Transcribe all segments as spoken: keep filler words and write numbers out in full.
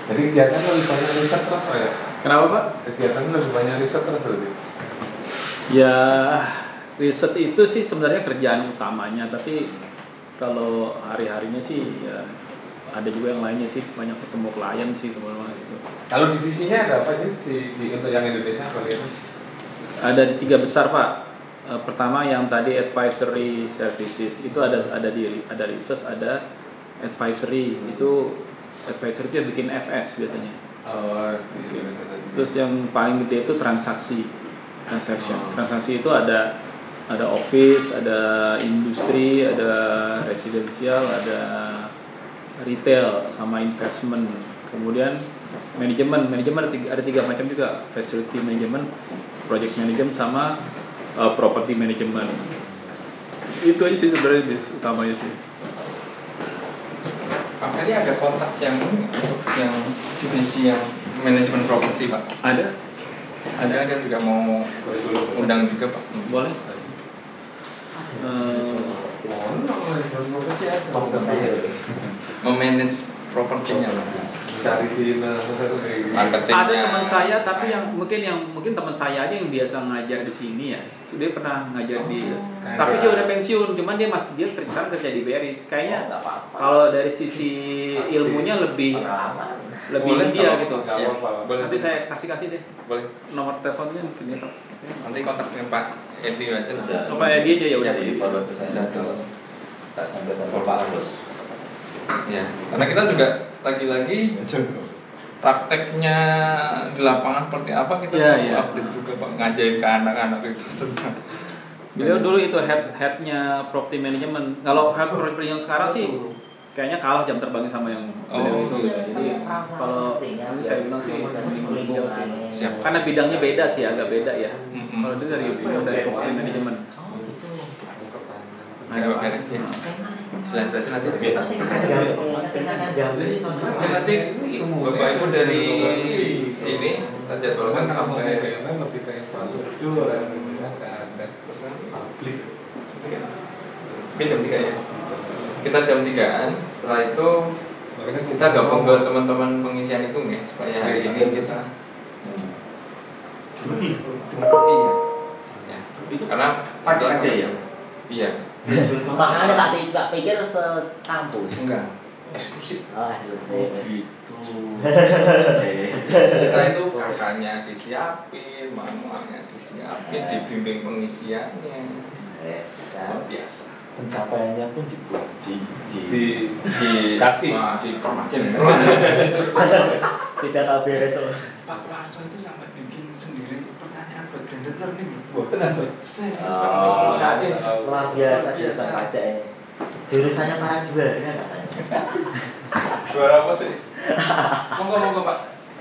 Jadi kegiatan lebih banyak riset terus Pak ya? Kenapa Pak? Kegiatan lebih banyak riset terus lebih? Ya riset itu sih sebenarnya kerjaan utamanya, tapi kalau hari-harinya sih ya ada juga yang lainnya sih, banyak ketemu klien sih kemana-mana gitu. Kalau divisinya ada apa aja di, di untuk yang Indonesia bagaimana? Ada tiga besar Pak. E, pertama yang tadi advisory services itu ada ada di ada research, ada advisory. Itu advisory itu yang bikin F S biasanya. Oh, okay. Terus yang paling gede itu transaksi, transaction. Oh. Transaksi itu ada ada office, ada industri, ada residensial, ada retail, sama investment. Kemudian manajemen, manajemen ada tiga, ada tiga macam juga, facility management, project management, sama uh, property management. Itu aja sih sebenarnya utamanya sih. Makanya ada kontak yang untuk yang divisi yang manajemen properti Pak. Ada. Ada ada juga mau undang juga Pak. Boleh. Uh, memanage propertinya cari di ada teman saya tapi yang mungkin yang mungkin teman saya aja yang biasa ngajar di sini ya, dia pernah ngajar di oh, tapi dia udah pensiun, cuman dia masih dia kerja kerja di B R I kayaknya. Kalau dari sisi ilmunya lebih lebih boleh, dia gitu ya, boleh. Nanti saya kasih kasih deh boleh nomor teleponnya mungkin gitu. Nanti kontak dengan Pak Edi aja bisa. Oh, Pak Edi aja ya udah di forward bisa tuh sampai telepon Pak Agus. Ya, karena kita juga lagi-lagi prakteknya di lapangan seperti apa kita ya, mau ya. update juga Pak, ngajarin ke anak-anak itu tentang. Beliau dulu itu head headnya property management. Kalau head property yang sekarang sih kayaknya kalah jam terbangnya sama yang beliau oh, itu. iya. Jadi kalau ini saya bilang sih mending beliau sih. Siap. Karena bidangnya beda sih, agak beda ya. Mm-hmm. Kalau dia dari dari property management. Ada Pak Ferry. Ya. Jelas-jelas nanti. Nanti Bapak Ibu dari sini kita jadwalkan sampai lebih ke infrastruktur dan ke aset publik. Oke, jam tiga ya. Kita jam tigaan. Setelah itu kita gabung ke teman-teman pengisian itu nggak supaya hari ini kita. Iya. Ya. Karena pajak aja ya. Iya. Makanya tadi tak pikir sekampus. Enggak. Eksklusif. Oh, eksklusif. Gitu. Setelah itu kakaknya disiapin, manualnya disiapin, dibimbing pengisiannya. Yes. Luar biasa. Pencapaiannya pun dibuat di di, Di dikasih, nah, dipermakin. Tidak tahu beres. Pak Warso itu sampai bikin sendiri pertanyaan buat blended learning. Wah, tenang. Serius Oh, Pak. luar biasa jurusan pajak ini. Jurusannya para juara katanya. Juara apa sih? Monggo monggo Pak.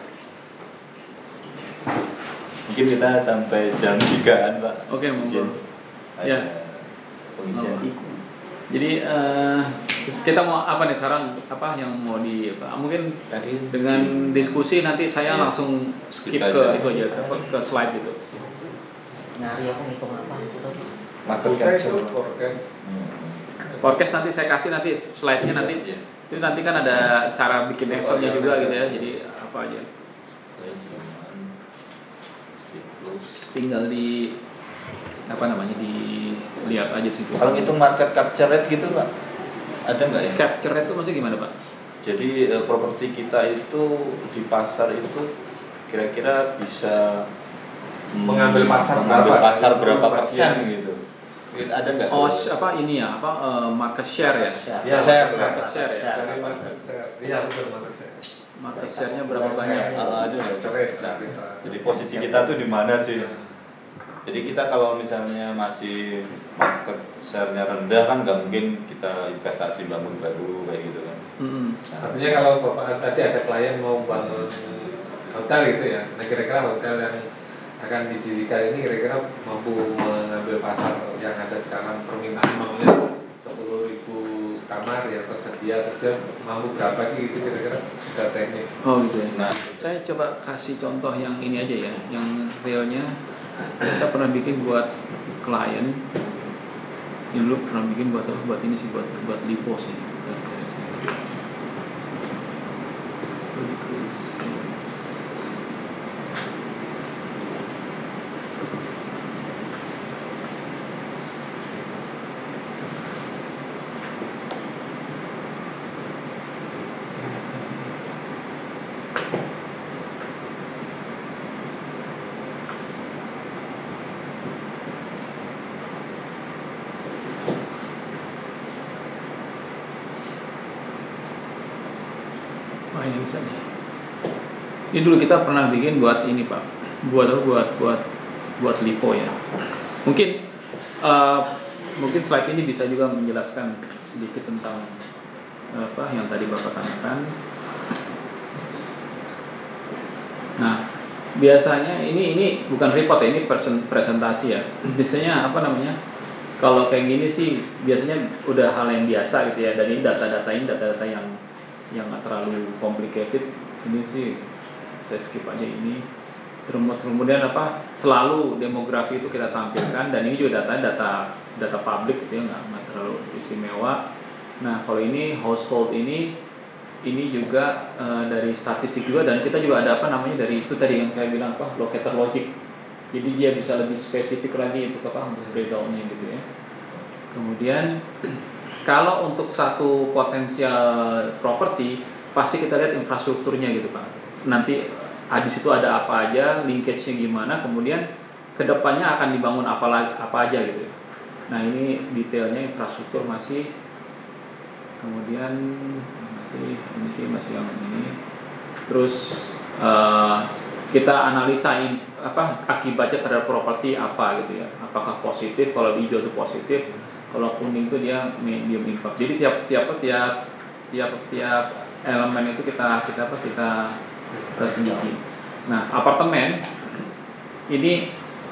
mungkin kita sampai jam tigaan Pak. Oke, monggo. Ada Ya. pengisian Oh. iku. Jadi uh, kita mau apa nih sekarang, apa yang mau di apa? Mungkin Tadi dengan diskusi nanti saya iya. langsung skip Kita ke aja. itu aja ke, ke slide itu. Nyari aku ngitung apa itu tuh. Market Itu capture. forecast. Hmm. Podcast nanti saya kasih nanti slide-nya nanti. Iya. Itu nanti kan ada cara bikin Excel-nya juga gitu ya. Jadi apa aja. Tinggal di apa namanya dilihat aja sih. Kalau ngitung market capture rate gitu Pak, ada nggak ya? Capture rate itu maksudnya gimana Pak? Jadi eh, properti kita itu di pasar itu kira-kira bisa hmm, Mengambil pasar mengambil berapa? pasar berapa persen Iya. gitu. Ada nggak? Oh, apa ini ya? Apa uh, market share ya? Ya, Share, market share ya. Dari market share. Iya, betul market share. Market share-nya berapa banyak? Ah, ada nggak? Terus, Nah, kita. jadi posisi kita tuh di mana sih? Jadi kita kalau misalnya masih market share-nya rendah kan nggak mungkin kita investasi bangun baru kayak gitu kan. Mm-hmm. Nah, Artinya kalau Bapak tadi ada klien mau bangun hotel gitu ya, nah kira-kira hotel yang akan didirikan ini kira-kira mampu mengambil pasar yang ada sekarang, permintaan maunya sepuluh ribu kamar yang tersedia, terus dia mampu berapa sih itu kira-kira sudah teknik. Oh gitu ya. Nah, Saya coba kasih contoh yang ini aja ya, yang realnya kita pernah bikin buat klien. Ini dulu pernah bikin buat buat ini sih buat buat lipo sih. Lipo decrease. Oh, ini bisa nih. Ini dulu kita pernah bikin buat ini Pak, buat buat buat buat lipo ya. Mungkin uh, mungkin slide ini bisa juga menjelaskan sedikit tentang apa yang tadi Bapak tanyakan. Nah, biasanya ini ini bukan report ya, ini presentasi ya. Biasanya apa namanya? Kalau kayak gini sih biasanya udah hal yang biasa gitu ya. Dan ini data-data ini data-data yang yang nggak terlalu complicated. Ini sih saya skip aja ini. Terus kemudian apa? Selalu demografi itu kita tampilkan dan ini juga data data data publik gitu ya, nggak nggak terlalu istimewa. Nah kalau ini household ini ini juga e, dari statistik juga dan kita juga ada apa namanya dari itu tadi yang saya bilang apa locator logic. Jadi dia bisa lebih spesifik lagi untuk apa untuk breakdown-nya gitu ya. Kemudian kalau untuk satu potensial properti pasti kita lihat infrastrukturnya gitu Pak. Nanti di situ ada apa aja, linkage-nya gimana, kemudian kedepannya akan dibangun apa apa aja gitu ya. Nah ini detailnya infrastruktur masih, kemudian masih ini sih masih yang ini. Terus uh, kita analisa in, apa akibatnya terhadap properti apa gitu ya. Apakah positif? Kalau hijau itu positif, kalau kuning itu dia medium impact. Jadi tiap tiap tiap tiap tiap elemen itu kita kita apa kita kita sendiri. Nah apartemen ini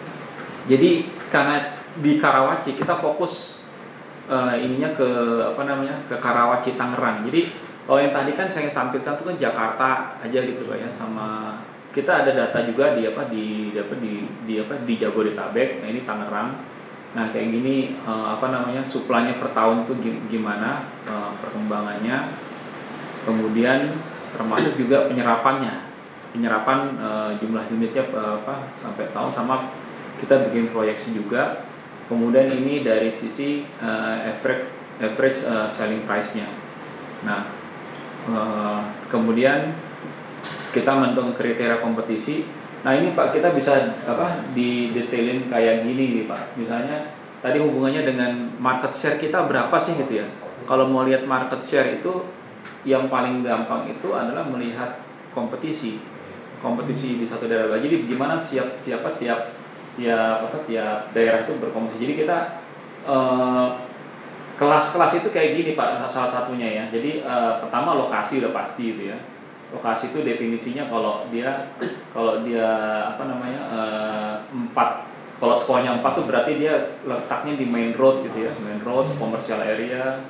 jadi karena di Karawaci kita fokus uh, ininya ke apa namanya ke Karawaci Tangerang. Jadi kalau yang tadi kan saya sampaikan itu kan Jakarta aja gitu Pak ya, sama kita ada data juga di apa di apa di di apa di Jabodetabek. Nah ini Tangerang. Nah kayak gini uh, apa namanya suplainya per tahun itu gimana uh, perkembangannya, kemudian termasuk juga penyerapannya, penyerapan uh, jumlah unitnya uh, apa sampai tahun, sama kita bikin proyeksi juga. Kemudian ini dari sisi uh, average average uh, selling price-nya. Nah uh, kemudian kita menentukan kriteria kompetisi. Nah ini Pak kita bisa apa didetailin kayak gini nih Pak. Misalnya tadi hubungannya dengan market share kita berapa sih gitu ya. Kalau mau lihat market share itu yang paling gampang itu adalah melihat kompetisi. Kompetisi di satu daerah. Jadi gimana siap siapa tiap tiap apa tiap daerah itu berkompetisi. Jadi kita eh, kelas-kelas itu kayak gini Pak salah satunya ya. Jadi eh, pertama lokasi udah pasti itu ya. Lokasi itu definisinya kalau dia kalau dia apa namanya eh, empat, kalau skornya empat tuh berarti dia letaknya di main road gitu ya, main road, commercial area.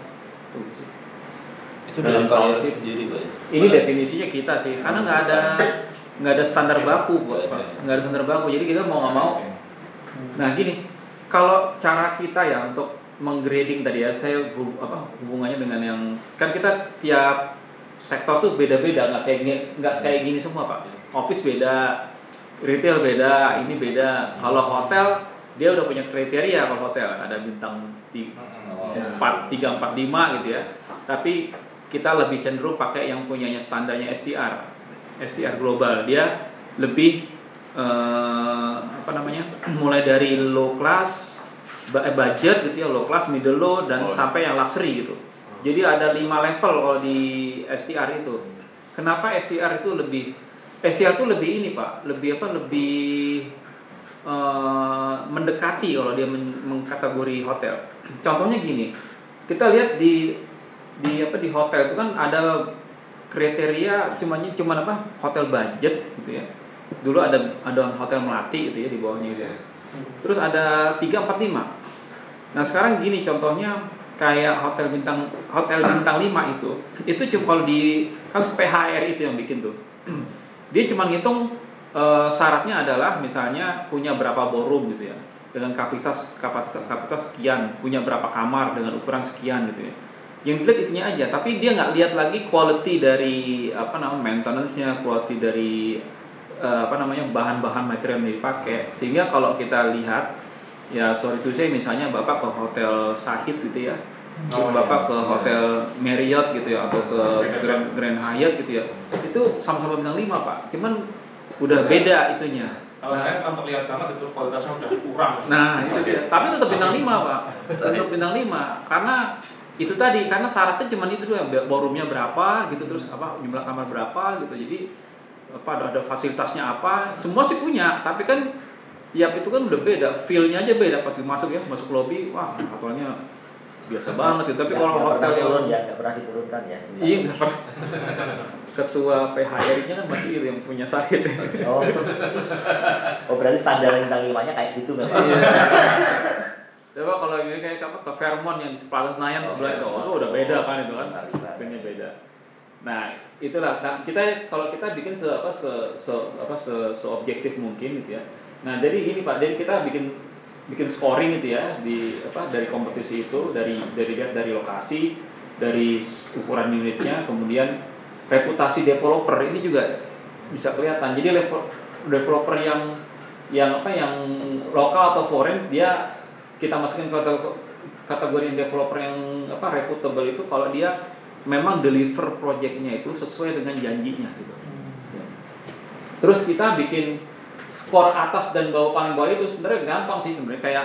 Itu dalam karya sendiri Pak. Ini definisinya kita sih, karena nggak ada nggak ada standar baku Pak, nggak ada standar baku. Jadi kita mau nggak mau. Nah gini, kalau cara kita ya untuk menggrading tadi ya, saya apa hubungannya dengan yang kan kita tiap sektor tuh beda-beda, nggak kayak nggak kayak gini semua Pak. Office beda, retail beda, ini beda. Kalau hotel dia udah punya kriteria. Kalau hotel ada bintang empat, tiga, empat, lima gitu ya. Tapi kita lebih cenderung pakai yang punyanya standarnya S T R, S T R global. Dia lebih eh, apa namanya? Mulai dari low class, budget gitu ya, low class, middle low dan oh. sampai yang luxury gitu. Jadi ada lima level kalau di S T R itu. Kenapa S T R itu lebih S T R itu lebih ini Pak, lebih apa? Lebih uh, mendekati kalau dia men- mengkategori hotel. Contohnya gini, kita lihat di di apa di hotel itu kan ada kriteria cuma cuma apa? Hotel budget gitu ya. Dulu ada ada hotel Melati gitu ya di bawahnya itu. Terus ada tiga, empat, lima. Nah, sekarang gini contohnya kayak hotel bintang hotel bintang lima itu itu cuma kalau di kan P H R itu yang bikin tuh dia cuma ngitung e, syaratnya adalah misalnya punya berapa ballroom gitu ya dengan kapasitas kapasitas kapasitas sekian, punya berapa kamar dengan ukuran sekian gitu ya, yang dilihat itunya aja, tapi dia nggak lihat lagi quality dari apa namanya maintenance-nya, quality dari e, apa namanya bahan-bahan material yang dipakai. Sehingga kalau kita lihat ya sorry to say misalnya Bapak ke hotel Sahid gitu ya, terus Oh, bapak iya. ke hotel Marriott gitu ya atau ke Grand, Grand Hyatt gitu ya, itu sama-sama bintang lima pak, cuman udah beda itunya. Kalau Nah, saya kan terlihat banget itu kualitasnya udah kurang. Nah itu dia, tapi tetap bintang lima pak, tetap bintang lima karena itu tadi, karena syaratnya cuma itu doang, ballroomnya berapa gitu, terus apa jumlah kamar berapa gitu, jadi apa ada, ada fasilitasnya apa, semua sih punya, tapi kan tiap itu kan udah beda, feel-nya aja beda pas masuk ya, masuk lobby, wah hotelnya biasa banget gitu, tapi Nggak- kalau nggak hotel pernah yang turun ya, nggak pernah diturunkan ya. iya nggak pernah. Ketua P H R-nya kan masih itu yang punya sahid. Oh, oh berarti standar bintang limanya kayak gitu memang. Iya. Coba kalau ini kayak apa ke Fairmont yang di Plaza Senayan Oh, sebelah itu, Fairmont. itu udah beda kan itu kan, Bintang lima. feel-nya beda. Nah itulah, nah, kita kalau kita bikin se apa se, se apa se, se objektif mungkin gitu ya. Nah jadi gini pak, jadi kita bikin bikin scoring gitu ya di apa dari kompetisi itu, dari dari lihat dari lokasi, dari ukuran unitnya, kemudian reputasi developer ini juga bisa kelihatan. Jadi level developer yang yang apa yang lokal atau foreign, dia kita masukin ke kategori developer yang apa reputable itu kalau dia memang deliver projectnya itu sesuai dengan janjinya gitu. Terus kita bikin skor atas dan bawah, paling bawah itu sebenarnya gampang sih sebenarnya, kayak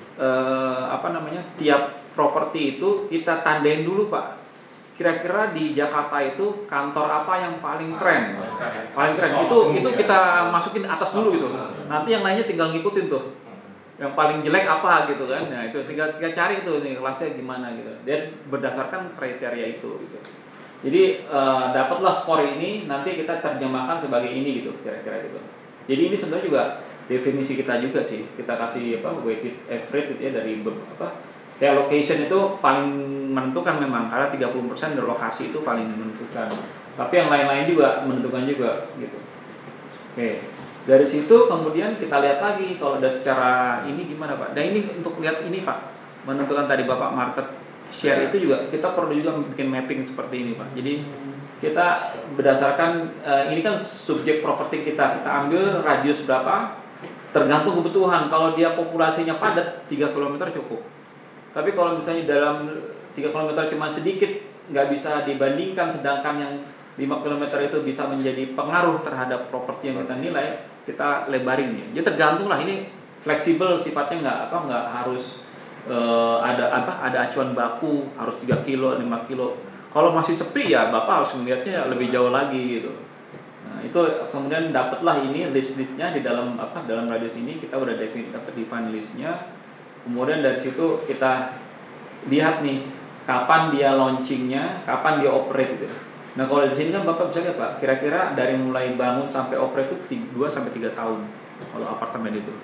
eh, apa namanya, tiap properti itu kita tandain dulu pak. Kira-kira di Jakarta itu kantor apa yang paling keren? Paling keren. Itu itu kita masukin atas dulu gitu. Nanti yang lainnya tinggal ngikutin tuh. Yang paling jelek apa gitu kan. Nah, itu tinggal tinggal cari tuh nih kelasnya gimana gitu. Dan berdasarkan kriteria itu gitu. Jadi eh, dapatlah skor ini, nanti kita terjemahkan sebagai ini gitu, kira-kira gitu. Jadi ini sebenarnya juga definisi kita juga sih. Kita kasih apa weighted average gitu ya dari apa? Kayak location itu paling menentukan memang, karena tiga puluh persen dari lokasi itu paling menentukan. Tapi yang lain-lain juga menentukan juga gitu. Oke. Dari situ kemudian kita lihat lagi kalau udah secara ini gimana Pak. Dan ini untuk lihat ini Pak, menentukan tadi Bapak market share itu juga kita perlu juga bikin mapping seperti ini Pak. Jadi kita berdasarkan uh, ini kan subjek properti kita, kita ambil radius berapa tergantung kebutuhan. Kalau dia populasinya padat tiga kilometer cukup. Tapi kalau misalnya dalam tiga kilometer cuma sedikit, nggak bisa dibandingkan, sedangkan yang lima kilometer itu bisa menjadi pengaruh terhadap properti yang kita nilai, kita lebarin ya. Jadi tergantung lah, ini fleksibel sifatnya, nggak apa nggak harus uh, ada apa ada acuan baku harus tiga kilo, lima kilo. Kalau masih sepi ya Bapak harus melihatnya lebih jauh lagi gitu. Nah, itu kemudian dapatlah ini list-listnya di dalam apa dalam radius ini kita udah define dapat define listnya. Kemudian dari situ kita lihat nih kapan dia launchingnya, kapan dia operate gitu. Nah kalau di sini kan Bapak bisa lihat Pak, kira-kira dari mulai bangun sampai operate itu dua sampai tiga tahun kalau apartemen itu.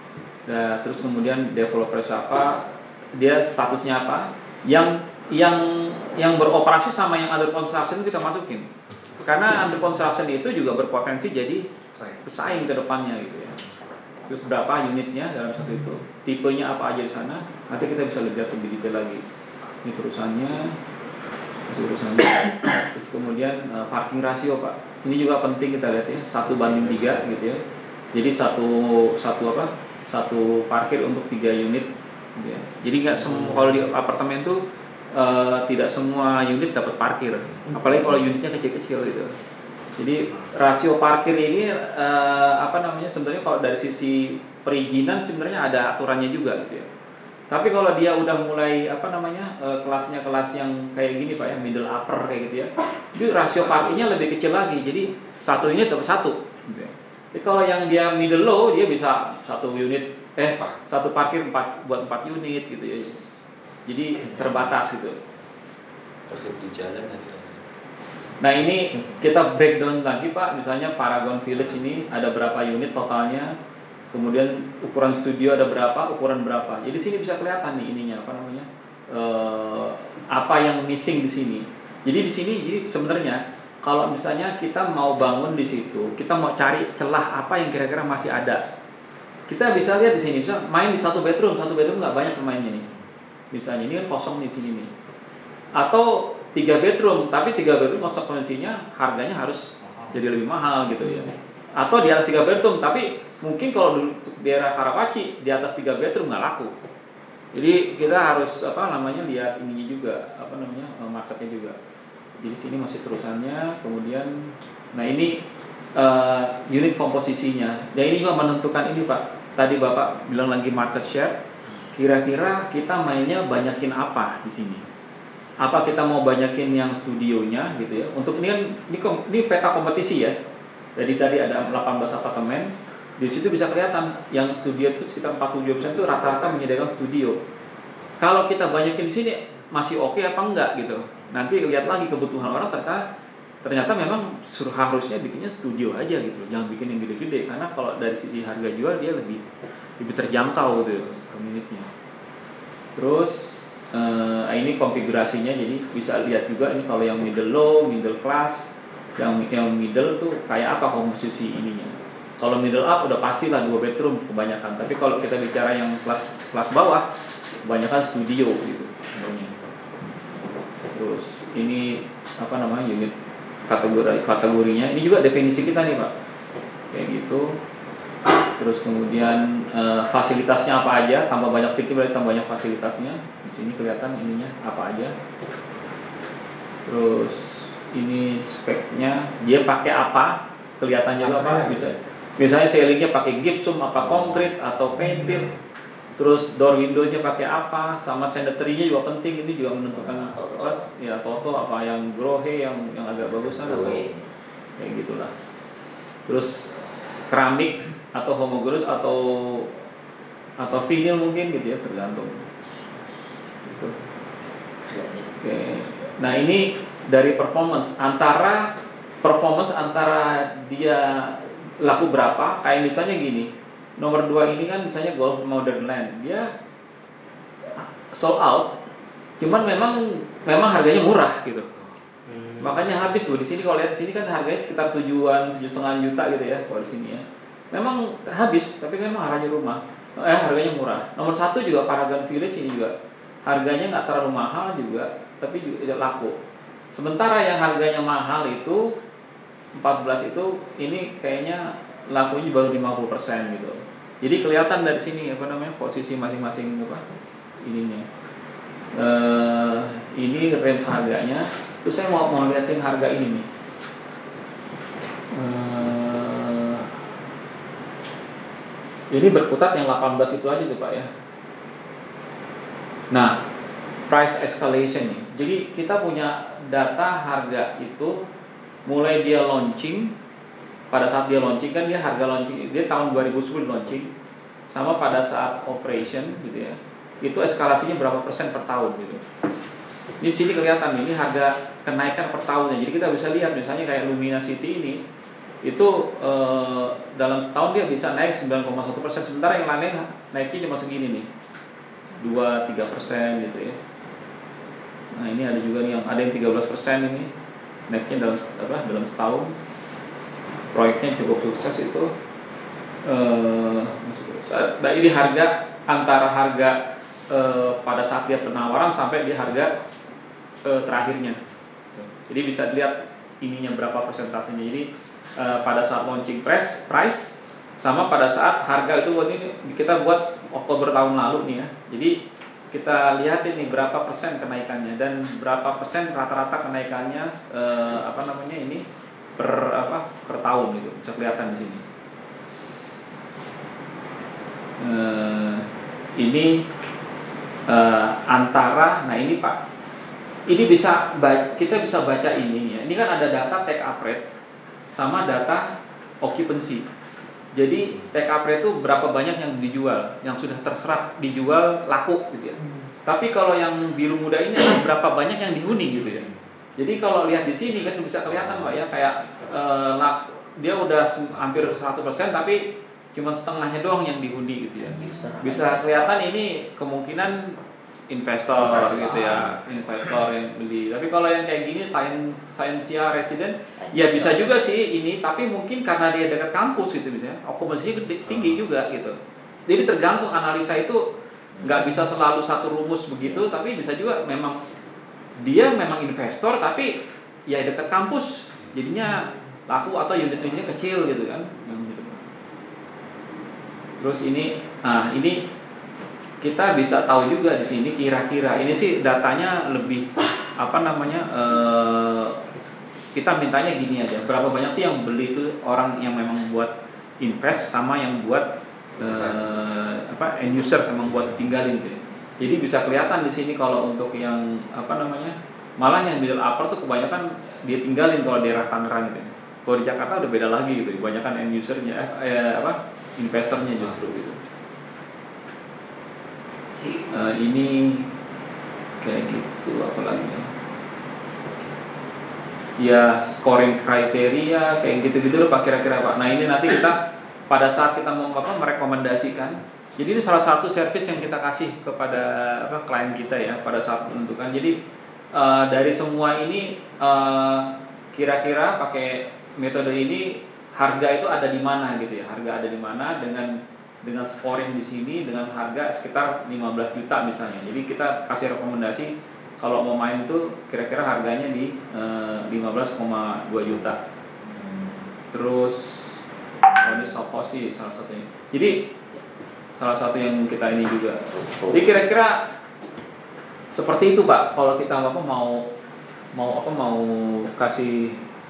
Nah, terus kemudian developer siapa, dia statusnya apa, yang yang yang beroperasi sama yang under construction kita masukin. Karena under construction itu juga berpotensi jadi pesaing ke depannya gitu ya. Terus berapa unitnya dalam satu itu, tipenya apa aja di sana, nanti kita bisa lihat lebih detail lagi. Ini terusannya, terusannya. Terus kemudian uh, parking rasio Pak, ini juga penting kita lihat ya, satu banding tiga gitu ya. Jadi satu satu apa, satu parkir untuk tiga unit. Gitu ya. Jadi nggak semua kalau di apartemen tuh uh, tidak semua unit dapat parkir, apalagi kalau unitnya kecil-kecil gitu. Jadi rasio parkir ini eh, apa namanya sebenarnya kalau dari sisi perizinan sebenarnya ada aturannya juga gitu ya. Tapi kalau dia udah mulai apa namanya eh, kelasnya kelas yang kayak gini Pak ya, middle upper kayak gitu ya, itu rasio parkirnya lebih kecil lagi. Jadi satu unit dapat satu. Gitu ya. Jadi kalau yang dia middle low dia bisa satu unit eh satu parkir empat buat empat unit gitu ya. Jadi terbatas gitu. Parkir di jalan nanti. Nah ini kita breakdown lagi Pak, misalnya Paragon Village ini ada berapa unit totalnya, kemudian ukuran studio ada berapa, ukuran berapa. Jadi sini bisa kelihatan nih ininya apa namanya, e, apa yang missing di sini. Jadi di sini jadi sebenarnya kalau misalnya kita mau bangun di situ, kita mau cari celah apa yang kira-kira masih ada, kita bisa lihat di sini, bisa main di satu bedroom, satu bedroom nggak banyak pemainnya nih. Misalnya ini kan kosong di sini nih, atau tiga bedroom, tapi tiga bedroom konsekuensinya harganya harus jadi lebih mahal gitu ya. Atau di atas tiga bedroom, tapi mungkin kalau di daerah Karawaci di atas tiga bedroom nggak laku. Jadi kita harus apa namanya lihat ininya juga, apa namanya eh, marketnya juga. Jadi sini masih terusannya, kemudian, nah ini uh, unit komposisinya. Dan ini juga menentukan ini Pak. Tadi Bapak bilang lagi market share. Kira-kira kita mainnya banyakin apa di sini? Apa kita mau banyakin yang studionya gitu ya? Untuk ini kan ini, ini peta kompetisi ya. Jadi tadi ada delapan belas apartemen. Di situ bisa kelihatan yang studio itu sekitar empat puluh tujuh persen itu rata-rata menyediakan studio. Kalau kita banyakin di sini masih oke okay apa enggak gitu. Nanti lihat lagi kebutuhan orang, ternyata ternyata memang suruh harusnya bikinnya studio aja gitu, jangan bikin yang gede-gede, karena kalau dari sisi harga jual dia lebih lebih terjangkau gitu community-nya. Terus eh, ini konfigurasinya, jadi bisa lihat juga ini kalau yang middle low, middle class, yang yang middle tuh kayak apa komposisi ininya. Kalau middle up udah pastilah dua bedroom kebanyakan, tapi kalau kita bicara yang kelas kelas bawah kebanyakan studio gitu. Terus ini apa namanya unit kategori kategorinya, ini juga definisi kita nih Pak, kayak gitu. Terus kemudian e, fasilitasnya apa aja, tambah banyak titik berarti tambah banyak fasilitasnya. Di sini kelihatan ininya apa aja. Terus ini speknya, dia pakai apa, kelihatannya apa bisa. Misalnya ceilingnya pakai gypsum, apa konkrit atau painted. Terus door window-nya pakai apa, sama sanitary-nya juga penting, ini juga menentukan pas ya toto apa yang grohe yang yang agak bagusan atau kayak gitulah. Terus keramik atau homogeneous atau atau vinyl mungkin gitu ya, tergantung. Gitu. Oke. Nah, ini dari performance antara performance antara dia laku berapa, kayak misalnya gini. Nomor dua ini kan misalnya Golf Modern Land, dia sold out, cuman memang memang harganya murah gitu, hmm. makanya habis tuh di sini. Kalau lihat di sini kan harganya sekitar tujuan tujuh setengah juta gitu ya kalau di sini ya, memang habis, tapi memang harganya rumah, eh harganya murah. Nomor satu juga Paragon Village, ini juga harganya nggak terlalu mahal juga, tapi juga laku. Sementara yang harganya mahal itu empat belas itu, ini kayaknya lakunya baru lima puluh persen gitu. Jadi kelihatan dari sini apa namanya posisi masing-masing apa ininya. Uh, ini range harganya. Terus saya mau mau liatin harga ini nih. Uh, ini berkutat yang delapan belas itu aja tuh Pak ya. Nah, price escalation nih. Jadi kita punya data harga itu mulai dia launching. Pada saat dia launching kan dia harga launching dia tahun dua ribu sepuluh launching, sama pada saat operation gitu ya, itu eskalasinya berapa persen per tahun gitu. Ini di sini kelihatan ini harga kenaikan per tahunnya. Jadi kita bisa lihat misalnya kayak Lumina City ini itu eh, dalam setahun dia bisa naik sembilan koma satu persen, sementara yang lain naiknya cuma segini nih, dua tiga persen gitu ya. Nah ini ada juga nih yang ada yang tiga belas persen ini naiknya dalam apa dalam setahun. Proyeknya cukup sukses itu. Uh, nah ini harga antara harga uh, pada saat dia penawaran sampai di harga uh, terakhirnya. Jadi bisa lihat ininya berapa persentasenya. Jadi uh, pada saat launching price, price sama pada saat harga itu ini kita buat Oktober tahun lalu nih ya. Jadi kita lihat ini berapa persen kenaikannya dan berapa persen rata-rata kenaikannya uh, apa namanya ini per apa per tahun gitu, bisa kelihatan di sini. Uh, ini uh, antara, nah ini Pak, ini bisa kita bisa baca ini ya. Ini kan ada data take up rate sama data occupancy. Jadi take up rate itu berapa banyak yang dijual, yang sudah terserap dijual laku gitu ya. Hmm. Tapi kalau yang biru muda ini berapa banyak yang dihuni gitu ya. Jadi kalau lihat di sini kan bisa kelihatan Pak ya, kayak eh, dia udah hampir seratus persen tapi cuma setengahnya doang yang dihuni gitu ya. Bisa kelihatan ini kemungkinan investor gitu ya, investor yang beli. Tapi kalau yang kayak gini Scientia Resident ya bisa juga sih ini, tapi mungkin karena dia dekat kampus gitu misalnya, okupansinya tinggi juga gitu. Jadi tergantung, analisa itu nggak bisa selalu satu rumus begitu, tapi bisa juga memang dia memang investor tapi ya dekat kampus jadinya laku, atau unit-unitnya kecil gitu kan. Terus ini, nah ini kita bisa tahu juga di sini kira-kira ini sih datanya lebih apa namanya eh, kita mintanya gini aja, berapa banyak sih yang beli itu orang yang memang buat invest sama yang buat eh, apa end user sama buat tinggalin gitu. Jadi bisa kelihatan di sini kalau untuk yang apa namanya malah yang middle upper tuh kebanyakan dia tinggalin kalau daerah Tangerang gitu. Kalau di Jakarta udah beda lagi gitu, kebanyakan end usernya eh, apa investornya justru gitu. Uh, ini kayak gitu apa lagi ya? Ya scoring kriteria kayak gitu-gitu loh Pak kira-kira Pak. Nah ini nanti kita pada saat kita mau apa merekomendasikan. Jadi ini salah satu service yang kita kasih kepada apa klien kita ya pada saat menentukan. Jadi uh, dari semua ini uh, kira-kira pakai metode ini harga itu ada di mana gitu ya? Harga ada di mana dengan dengan scoring di sini dengan harga sekitar lima belas juta misalnya. Jadi kita kasih rekomendasi kalau mau main itu kira-kira harganya di eh, lima belas koma dua juta. Terus oh ini Soposi salah satunya. Jadi salah satu yang kita ini juga. Jadi kira-kira seperti itu Pak. Kalau kita apa mau mau apa mau kasih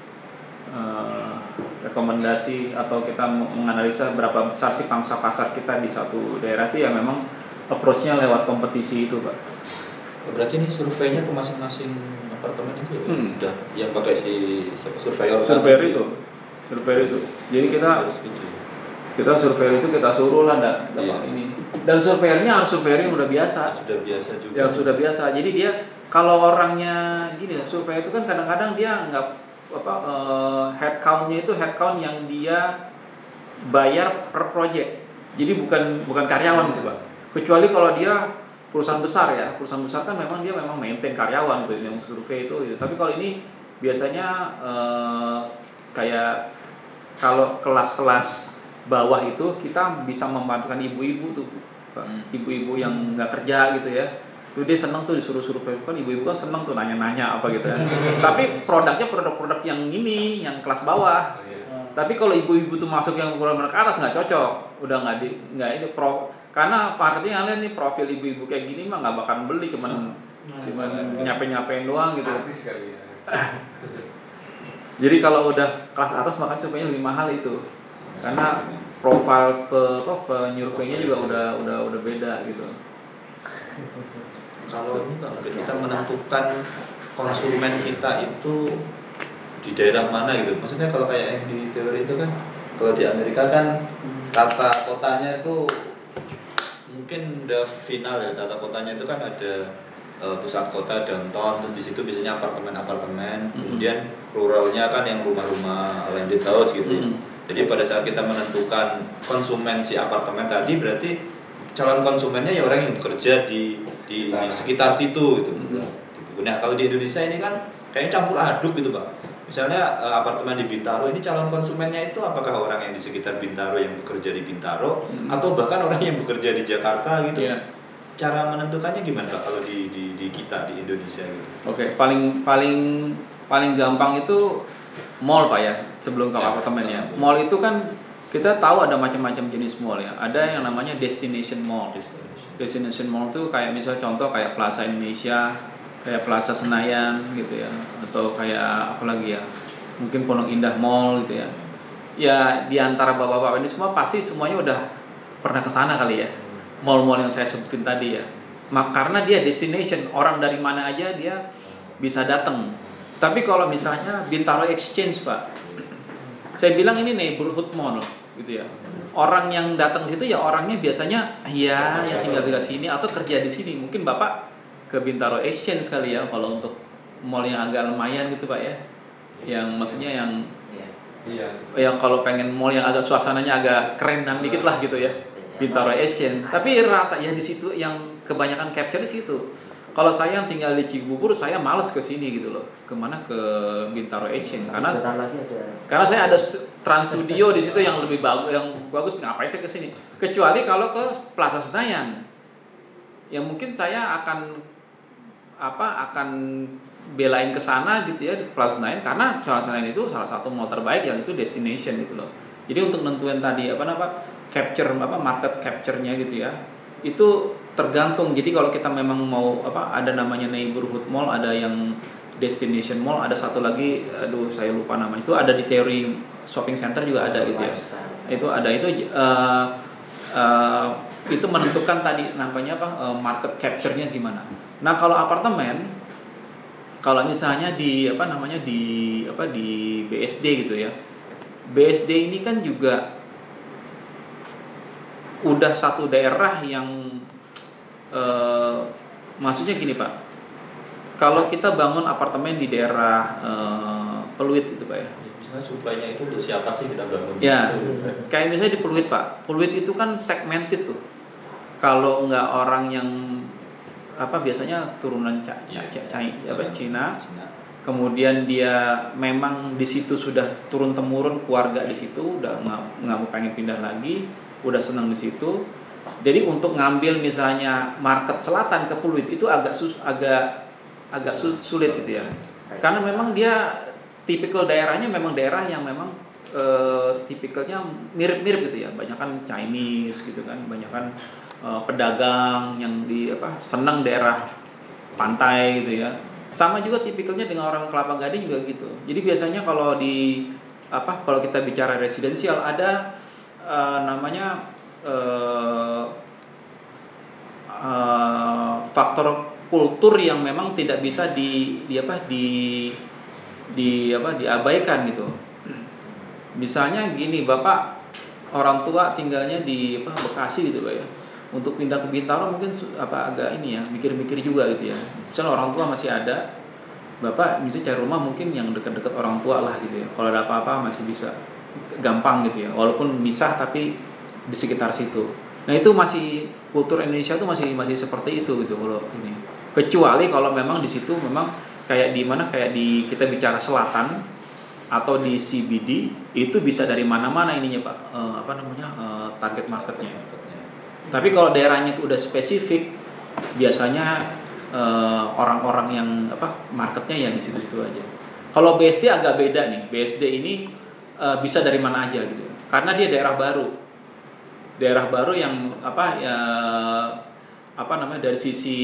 uh, rekomendasi atau kita menganalisa berapa besar sih pangsa pasar kita di satu daerah itu ya memang approach-nya lewat kompetisi itu Pak. Berarti ini surveinya ke masing-masing apartemen itu ya? Hmm. Udah yang pakai si surveyor Surveyor itu. Surveyor itu. Jadi kita harus gitu. kita surveyor itu kita suruh lah enggak Iya. ini. Dan surveyornya harus surveyor yang udah biasa. Sudah biasa juga. Yang sudah biasa. Jadi dia kalau orangnya gini ya, surveyor itu kan kadang-kadang dia nggak apa uh, head count-nya itu head count yang dia bayar per project. Jadi bukan bukan karyawan gitu Pak. Kecuali kalau dia perusahaan besar ya, perusahaan besar kan memang dia memang maintain karyawan gitu yang survei itu gitu. Tapi kalau ini biasanya uh, kayak kalau kelas-kelas bawah itu kita bisa membantukan ibu-ibu tuh Pak. Ibu-ibu yang nggak kerja gitu ya. Tuh dia senang tuh disuruh survei kan ibu-ibu kan senang tuh nanya-nanya apa gitu ya. Tapi produknya produk-produk yang ini yang kelas bawah. Tapi kalau ibu-ibu tuh masuk yang produk ke atas nggak cocok, udah nggak di nggak ini pro karena marketing lihat nih profil ibu-ibu kayak gini mah nggak bakal beli cuman cuman nyape-nyapein doang gitu. Artis kali ya. Jadi kalau udah kelas atas makanya surveinya lebih mahal itu karena profil pe apa penyurveinya juga udah udah udah beda gitu. Kalau ini kalau kita menentukan konsumen kita itu di daerah mana gitu. Maksudnya kalau kayak yang di teori itu kan kalau di Amerika kan tata kotanya itu mungkin udah final ya. Tata kotanya itu kan ada uh, pusat kota downtown terus di situ biasanya apartemen-apartemen. Mm-hmm. Kemudian ruralnya kan yang rumah-rumah landed house gitu. Mm-hmm. Jadi pada saat kita menentukan konsumen si apartemen tadi berarti calon konsumennya ya orang yang bekerja di di, di sekitar situ gitu. Mm-hmm. Nah kalau di Indonesia ini kan kayaknya campur aduk gitu Pak. Misalnya uh, apartemen di Bintaro ini calon konsumennya itu apakah orang yang di sekitar Bintaro yang bekerja di Bintaro mm-hmm. atau bahkan orang yang bekerja di Jakarta gitu. Yeah. Cara menentukannya gimana Pak kalau di, di di kita di Indonesia gitu? Oke, okay. paling paling paling gampang itu mall Pak ya sebelum ke ya, apartemen ya. Mall itu kan kita tahu ada macam-macam jenis mall ya. Ada yang namanya destination mall. Destination, destination mall itu kayak misalnya contoh kayak Plaza Indonesia, kayak Plaza Senayan gitu ya, atau kayak apa lagi ya? Mungkin Pondok Indah Mall gitu ya. Ya di antara bapak-bapak ini semua pasti semuanya udah pernah ke sana kali ya. Mall-mall yang saya sebutin tadi ya. Mak karena dia destination, orang dari mana aja dia bisa datang. Tapi kalau misalnya Bintaro Exchange Pak, saya bilang ini neighborhood mall gitu ya. Orang yang datang situ ya orangnya biasanya ya yang tinggal di sini atau kerja di sini. Mungkin Bapak ke Bintaro Exchange kali ya kalau untuk mall yang agak lumayan gitu Pak ya. Yang maksudnya yang iya. Yang kalau pengen mall yang agak suasananya agak kerenan dikit lah gitu ya. Bintaro Exchange. Tapi rata ya di situ yang kebanyakan capture di situ. Kalau saya yang tinggal di Cibubur, saya malas ke sini gitu loh. Kemana ke Bintaro Exchange? Karena lagi ada. Karena saya ada Trans Studio di situ yang lebih bagus, yang bagus. Ngapain saya ke sini? Kecuali kalau ke Plaza Senayan, yang mungkin saya akan apa akan belain ke sana gitu ya di Plaza Senayan karena Plaza Senayan itu salah satu mall terbaik yang itu destination gitu loh. Jadi untuk nentuin tadi apa apa capture apa market capture-nya gitu ya. Itu tergantung. Jadi kalau kita memang mau apa, ada namanya neighborhood mall, ada yang destination mall, ada satu lagi, aduh saya lupa namanya, itu ada di teori shopping center juga ada gitu ya. Itu ada itu uh, uh, itu menentukan tadi namanya apa, uh, market capture-nya gimana. Nah kalau apartemen, kalau misalnya di apa namanya di apa di B S D gitu ya, B S D ini kan juga udah satu daerah yang eh, maksudnya gini Pak, kalau kita bangun apartemen di daerah eh, Peluit itu Pak ya, misalnya suplainya itu untuk siapa sih kita bangun? Ya, kayak misalnya di Peluit Pak, Peluit itu kan segmented tuh. Kalau nggak orang yang apa biasanya turunan Ca- Ca- Ca- Ca- apa Cina, kemudian dia memang di situ sudah turun temurun keluarga di situ, udah nggak nggak mau pengen pindah lagi, udah senang di situ. Jadi untuk ngambil misalnya market selatan ke Peluit itu agak sus, agak agak su, sulit gitu ya, karena memang dia tipikal daerahnya memang daerah yang memang e, tipikalnya mirip-mirip gitu ya, banyak kan Chinese gitu kan, banyak kan e, pedagang yang di apa senang daerah pantai gitu ya. Sama juga tipikalnya dengan orang Kelapa Gading juga gitu. Jadi biasanya kalau di apa kalau kita bicara residensial ada uh, namanya uh, uh, faktor kultur yang memang tidak bisa di, di apa di di apa diabaikan gitu. Misalnya gini, Bapak orang tua tinggalnya di apa Bekasi gitu Pak ya. Untuk pindah ke Bintaro mungkin apa agak ini ya, mikir-mikir juga gitu ya. Misalnya orang tua masih ada, Bapak misalnya cari rumah mungkin yang dekat-dekat orang tua lah gitu ya. Kalau ada apa-apa masih bisa gampang gitu ya. Walaupun misah tapi di sekitar situ. Nah, itu masih kultur Indonesia tuh masih masih seperti itu gitu kalau ini. Kecuali kalau memang di situ memang kayak di mana kayak di kita bicara selatan atau di C B D itu bisa dari mana-mana ininya Pak. E, apa namanya? E, target marketnya. Tapi kalau daerahnya itu udah spesifik, biasanya eh, orang-orang yang apa marketnya ya di situ-situ aja. Kalau B S D agak beda nih. B S D ini eh, bisa dari mana aja gitu. Karena dia daerah baru. Daerah baru yang apa ya apa namanya dari sisi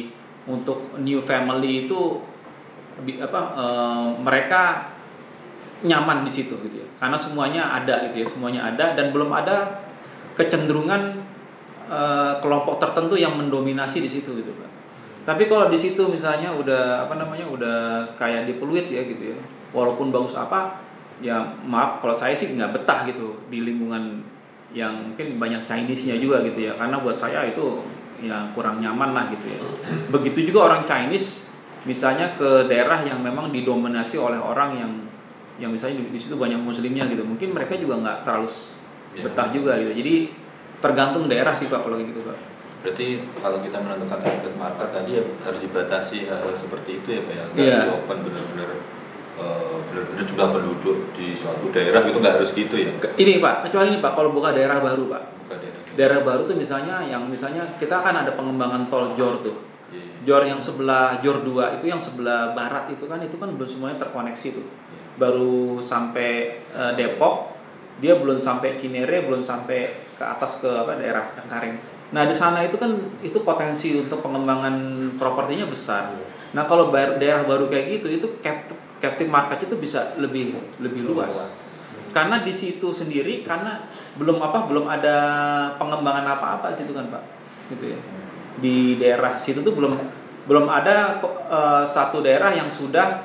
untuk new family itu apa eh, mereka nyaman di situ gitu ya. Karena semuanya ada gitu ya, semuanya ada dan belum ada kecenderungan Uh, kelompok tertentu yang mendominasi di situ gitu Pak. Tapi kalau di situ misalnya udah apa namanya udah kayak di Peluit ya gitu ya, walaupun bagus apa, ya maaf kalau saya sih nggak betah gitu di lingkungan yang mungkin banyak Chinese-nya juga gitu ya, karena buat saya itu ya kurang nyaman lah gitu ya. Begitu juga orang Chinese misalnya ke daerah yang memang didominasi oleh orang yang yang misalnya di, di situ banyak Muslimnya gitu, mungkin mereka juga nggak terlalu betah juga gitu. Jadi tergantung daerah sih Pak kalau gitu Pak. Berarti kalau kita menentukan target market tadi ya harus dibatasi hal seperti itu ya Pak ya. Nggak yeah. open benar-benar uh, benar-benar jumlah penduduk di suatu daerah itu nggak harus gitu ya. Ini Pak, kecuali ini Pak kalau buka daerah baru Pak. Buka daerah. Daerah baru tuh misalnya yang misalnya kita kan ada pengembangan tol Jor tuh. Yeah. Jor yang sebelah Jor dua itu yang sebelah barat itu kan itu kan belum semuanya terkoneksi tuh. Yeah. Baru sampai uh, Depok, dia belum sampai Cinere, belum sampai ke atas ke apa daerah Cengkareng. Nah di sana itu kan itu potensi untuk pengembangan propertinya besar. Nah kalau daerah baru kayak gitu itu captive market itu bisa lebih lebih luas. Karena di situ sendiri karena belum apa belum ada pengembangan apa-apa situ kan Pak. Gitu ya. Di daerah situ tuh belum belum ada uh, satu daerah yang sudah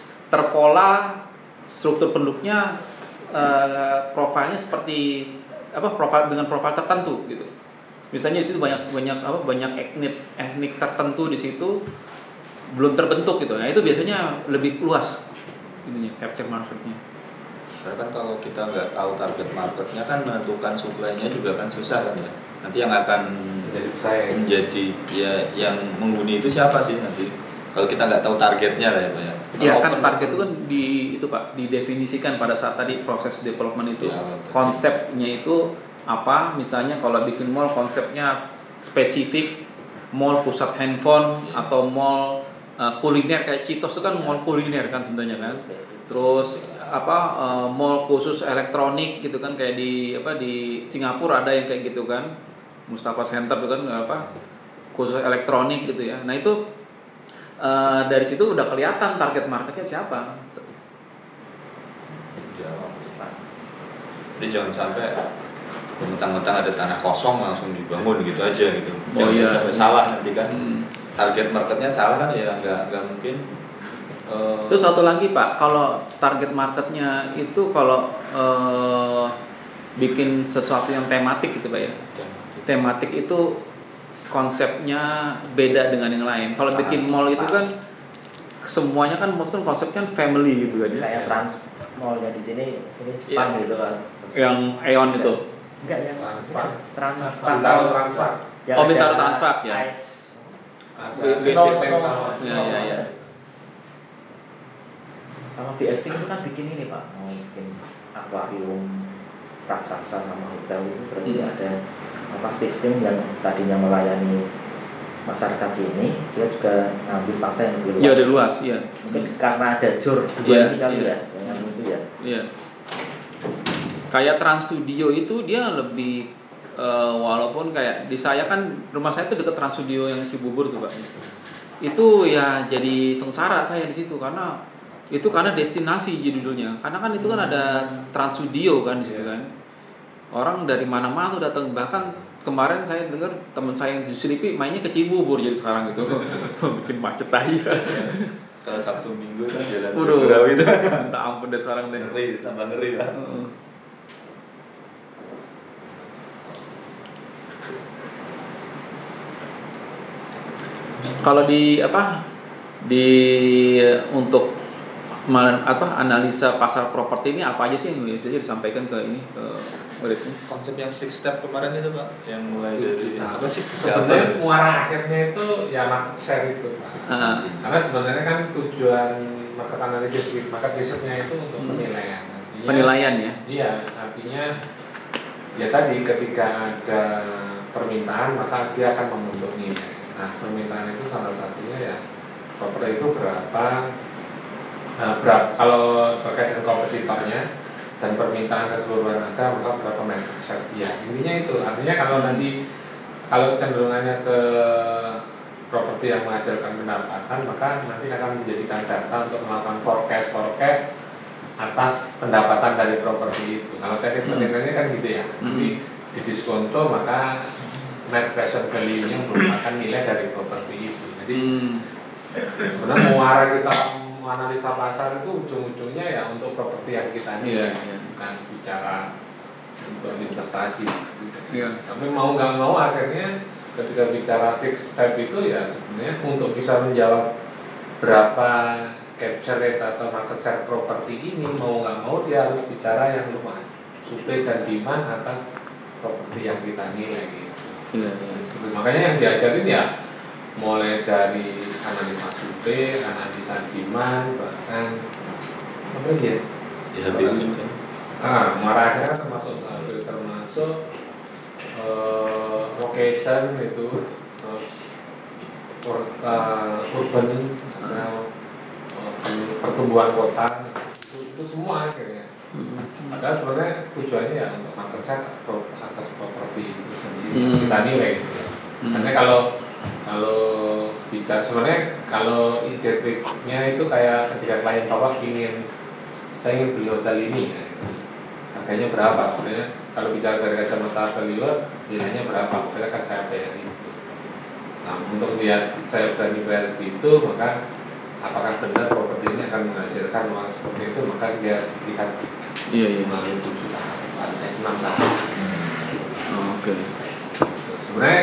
terpola struktur penduduknya uh, profilnya seperti apa profil dengan profil tertentu gitu. Misalnya di situ banyak banyak apa banyak etnik etnik tertentu di situ belum terbentuk gitu. Nah itu biasanya lebih luas ininya capture marketnya. Karena kan kalau kita nggak tahu target marketnya kan menentukan supply-nya juga kan susah kan ya. Nanti yang akan menjadi pesaing menjadi ya yang menghuni itu siapa sih nanti? Kalau kita nggak tahu targetnya lah ya Pak ya. Iya kan target itu kan di itu Pak didefinisikan pada saat tadi proses development itu ya, konsepnya itu apa? Misalnya kalau bikin mall konsepnya spesifik mall pusat handphone ya. Atau mall uh, kuliner kayak Citos itu kan mall kuliner kan sebenarnya kan. Terus apa uh, mall khusus elektronik gitu kan kayak di apa di Singapura ada yang kayak gitu kan. Mustafa Center itu kan apa khusus elektronik gitu ya. Nah itu uh, dari situ udah kelihatan target marketnya siapa. Jawab cepat. Jadi jangan sampai mentang-mentang ada tanah kosong langsung dibangun gitu aja gitu. Oh jangan iya. sampai salah nanti kan. Hmm. Target marketnya salah kan ya nggak nggak mungkin. Uh, Terus satu lagi Pak, kalau target marketnya itu kalau uh, bikin sesuatu yang tematik gitu Pak ya. Tematik itu konsepnya beda dengan yang lain. Kalau bikin mall itu kan semuanya kan mungkin konsepnya family gitu kan ya. Kayak Trans Mall-nya di sini ini Jepang Iya. gitu kan. Yang Aeon itu. Enggak yang Transpark. Transpark. Bintaro Transpark. Yang Oh, Bintaro ada Transpark, ya. Ice. Ada B- Snow, B S X Snow. sama Ya, ya, ya. Sama B X itu kan bikin ini Pak, mau bikin akuarium raksasa sama hotel itu berarti Hmm. ada apa shifting yang tadinya melayani masyarakat sini, dia juga ngambil paksa yang lebih luas. Iya, udah luas, iya. Mungkin karena ada jur dua Iya, ini kali iya. ya, dengan itu ya. Iya. Kayak Trans Studio itu dia lebih eh, walaupun kayak di saya kan rumah saya itu dekat Trans Studio yang Cibubur tuh Pak. Itu ya jadi sengsara saya di situ karena itu karena destinasi judulnya. Karena kan itu kan ada Trans Studio kan di situ kan. Orang dari mana-mana tuh datang, bahkan kemarin saya dengar teman saya yang di Selipi mainnya ke Cibubur jadi sekarang gitu. Bikin macet aja. kalau Sabtu Minggu kan jalan Waduh, Jagorawi itu minta ampun deh sekarang deh. ngeri, tambah ngeri lah. Heeh. Kalau di apa di untuk mal- apa analisa pasar properti ini apa aja sih yang biasanya disampaikan ke ini ke muridnya? Konsep yang six step kemarin itu Pak, yang mulai dari Nah, apa sih? sebenarnya muara akhirnya itu ya market share itu Pak. Ah, Karena sebenarnya kan tujuan market analysis, market research-nya itu untuk Hmm. penilaian. Artinya, penilaian ya. Iya, artinya ya tadi ketika ada permintaan maka dia akan membentuk nilai. Nah, permintaan itu salah satunya ya properti itu berapa, nah, berapa kalau terkait dengan kompetitornya dan permintaan keseluruhan ada maka berapa market share dia. Intinya itu, artinya kalau nanti kalau cenderungannya ke properti yang menghasilkan pendapatan maka nanti akan menjadikan data untuk melakukan forecast forecast atas pendapatan dari properti itu. Kalau teknik Hmm. penilaiannya kan gitu ya. Jadi di diskonto maka net present value-nya merupakan nilai dari properti itu. Jadi Hmm. sebenarnya muara kita menganalisa pasar itu ujung-ujungnya ya untuk properti yang kita nilai, Iya, iya. bukan bicara untuk investasi. Iya. Tapi mau nggak mau akhirnya ketika bicara six step itu ya sebenarnya untuk bisa menjawab berapa capture rate atau market share properti ini mau nggak mau dia harus bicara yang luas, supply dan demand atas properti yang kita nilai gitu. Iya, iya. Seperti- Makanya yang diajarin ya mulai dari analisa supply, analisa demand, bahkan apa aja? Ya H B U juga. Ah, marahnya termasuk termasuk eh, location itu, terus ur- eh, urban, atau, eh, pertumbuhan kota itu, itu semua akhirnya. Hmm. Padahal sebenarnya tujuannya ya untuk market share pro- atas properti itu sendiri Hmm. kita nilai gitu ya. Hmm. Karena kalau kalau bicara sebenarnya kalau identiknya itu kayak ketika klien bapak ingin saya ingin beli hotel ini ya, harganya berapa? Sebenarnya kalau bicara dari kacamata valuer nilainya berapa? Hotelnya kan saya bayar itu. Nah untuk lihat saya berani bayar segitu maka apakah benar properti ini akan menghasilkan uang seperti itu maka dia lihat Iya, iya. melalui tujuh tahapan, eh, enam tahapan. Oh, oke. Sebenarnya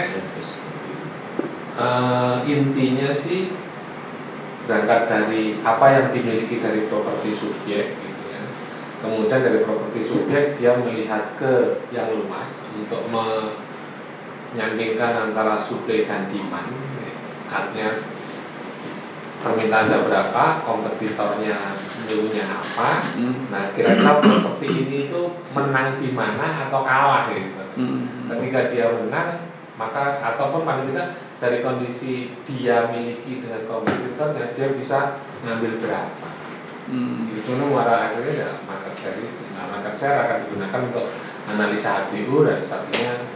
eh, intinya sih berangkat dari apa yang dimiliki dari properti subjek gitu ya. Kemudian dari properti subjek dia melihat ke yang luas untuk menyandingkan antara supply dan demand. Artinya permintaannya berapa, kompetitornya nilainya apa. Hmm. Nah, kira-kira properti ini itu menang di mana atau kalah gitu. Hmm. Ketika dia menang, maka ataupun paling tidak dari kondisi dia miliki dengan kompetitornya dia bisa ngambil berapa. Hmm. Di sana muara akhirnya ya market share itu. Nah, market share akan digunakan untuk analisa H B U dan satunya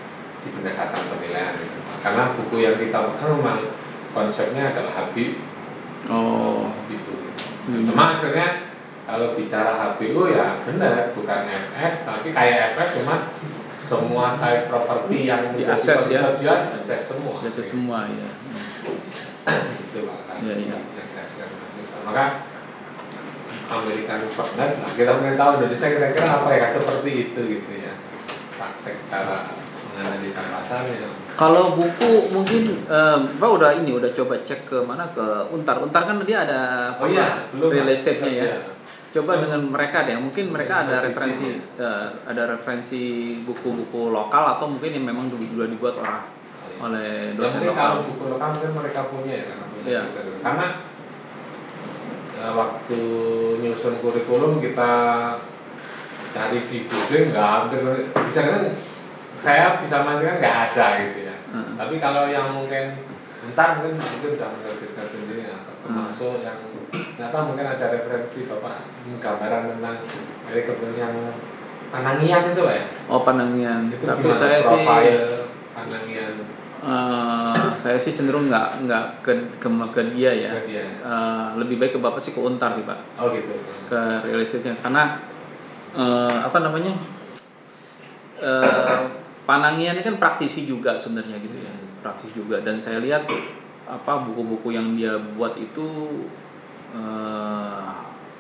di pendekatan penilaian itu. Karena buku yang kita pegang memang konsepnya adalah H B U. Oh, Gitu. Hmm. Memang akhirnya kalau bicara H B U ya benar, bukan F S, tapi kayak F S cuma semua type properti yang Diakses ya. dia akses semua. Biasa semua ya. Itu lah kan. Iya, iya. Yang dihasilkan mahasiswa. Maka American Fortnite, nah kita pengen tahu Indonesia kira-kira apa ya seperti itu gitu ya. Praktek cara menganalisa pasarnya. Kalau buku mungkin eh, Pak udah ini udah coba cek ke mana ke Untar. Untar kan dia ada Oh iya, belum real Pak. estate-nya ya. Iya. Coba dengan mereka deh, mungkin mereka ada referensi eh, ada referensi buku-buku lokal atau mungkin yang memang dulu sudah dibuat orang oleh Ya, dosen mungkin lokal. kalau buku lokal mungkin mereka punya ya karena punya Iya. dosen. Karena ya, waktu nyusun kurikulum kita cari di Google nggak hampir bisa kan saya bisa memastikan nggak ada gitu ya. Hmm. Tapi kalau yang mungkin entar mungkin itu sudah menerbitkan sendiri ya. Termasuk yang nggak tahu mungkin ada referensi bapak gambaran tentang dari kebun yang Panangian itu ya. Oh, Panangian. Itu Tapi gimana saya sih profil Panangian eh, saya sih cenderung nggak nggak ke, ke ke dia ya. ke dia. Eh, lebih baik ke bapak sih ke Untar sih Pak, Oh gitu. ke real estate-nya karena eh, apa namanya eh, Panangian ini kan praktisi juga sebenarnya gitu ya, Hmm. praktisi juga dan saya lihat apa buku-buku yang dia buat itu eh,